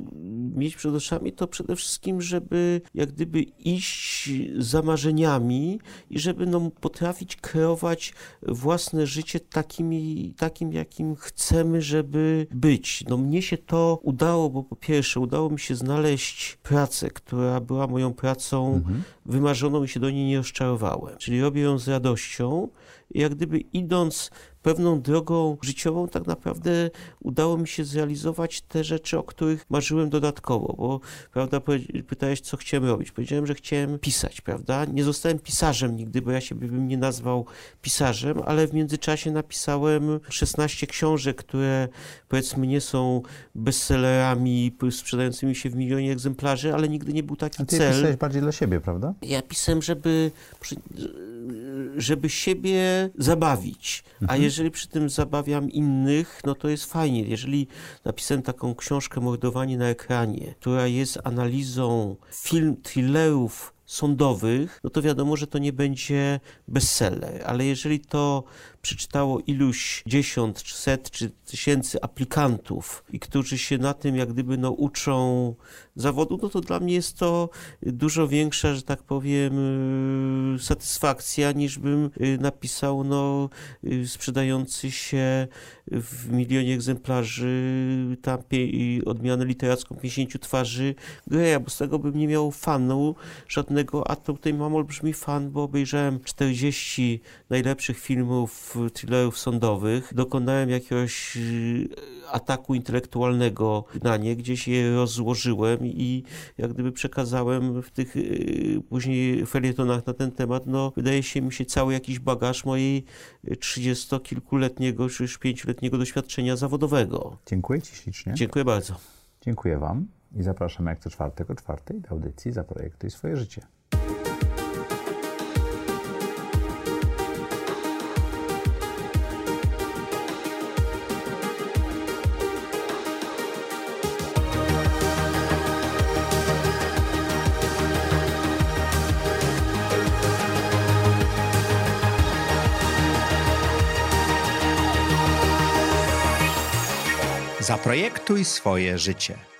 C: mieć przed oczami, to przede wszystkim, żeby jak gdyby iść za marzeniami i żeby no, potrafić kreować własne życie takimi, takim, jakim chcemy, żeby być. No mnie się to udało, bo po pierwsze udało mi się znaleźć pracę, która była moją pracą mhm. wymarzoną i się do niej nie rozczarowałem. Czyli robię ją z radością i jak gdyby idąc pewną drogą życiową tak naprawdę udało mi się zrealizować te rzeczy, o których marzyłem dodatkowo, bo prawda, pytałeś, co chciałem robić. Powiedziałem, że chciałem pisać, prawda? Nie zostałem pisarzem nigdy, bo ja siebie bym nie nazwał pisarzem, ale w międzyczasie napisałem szesnaście książek, które powiedzmy nie są bestsellerami sprzedającymi się w milionie egzemplarzy, ale nigdy nie był taki
B: A ty
C: cel.
B: Ty pisałeś bardziej dla siebie, prawda?
C: Ja pisałem, żeby, żeby siebie zabawić, mhm. a jeżeli przy tym zabawiam innych, no to jest fajnie. Jeżeli napisałem taką książkę Mordowanie na ekranie, która jest analizą film thrillerów sądowych, no to wiadomo, że to nie będzie bestseller, ale jeżeli to przeczytało iluś dziesiąt, czy set, czy tysięcy aplikantów i którzy się na tym jak gdyby no, uczą zawodu, no to dla mnie jest to dużo większa, że tak powiem, satysfakcja, niż bym napisał no, sprzedający się w milionie egzemplarzy tam odmianę literacką pięćdziesięciu twarzy Greya, bo z tego bym nie miał fanu żadnego, a to tutaj mam olbrzymi fan, bo obejrzałem czterdzieści najlepszych filmów thrillerów sądowych, dokonałem jakiegoś ataku intelektualnego na nie, gdzieś je rozłożyłem i jak gdyby przekazałem w tych później felietonach na ten temat, no wydaje się mi się cały jakiś bagaż mojej trzydziestokilkuletniego czy już pięcioletniego doświadczenia zawodowego.
B: Dziękuję Ci ślicznie.
C: Dziękuję bardzo.
B: Dziękuję Wam. I zapraszam jak co czwartek o czwartej do audycji Zaprojektuj swoje życie.
A: Zaprojektuj swoje życie.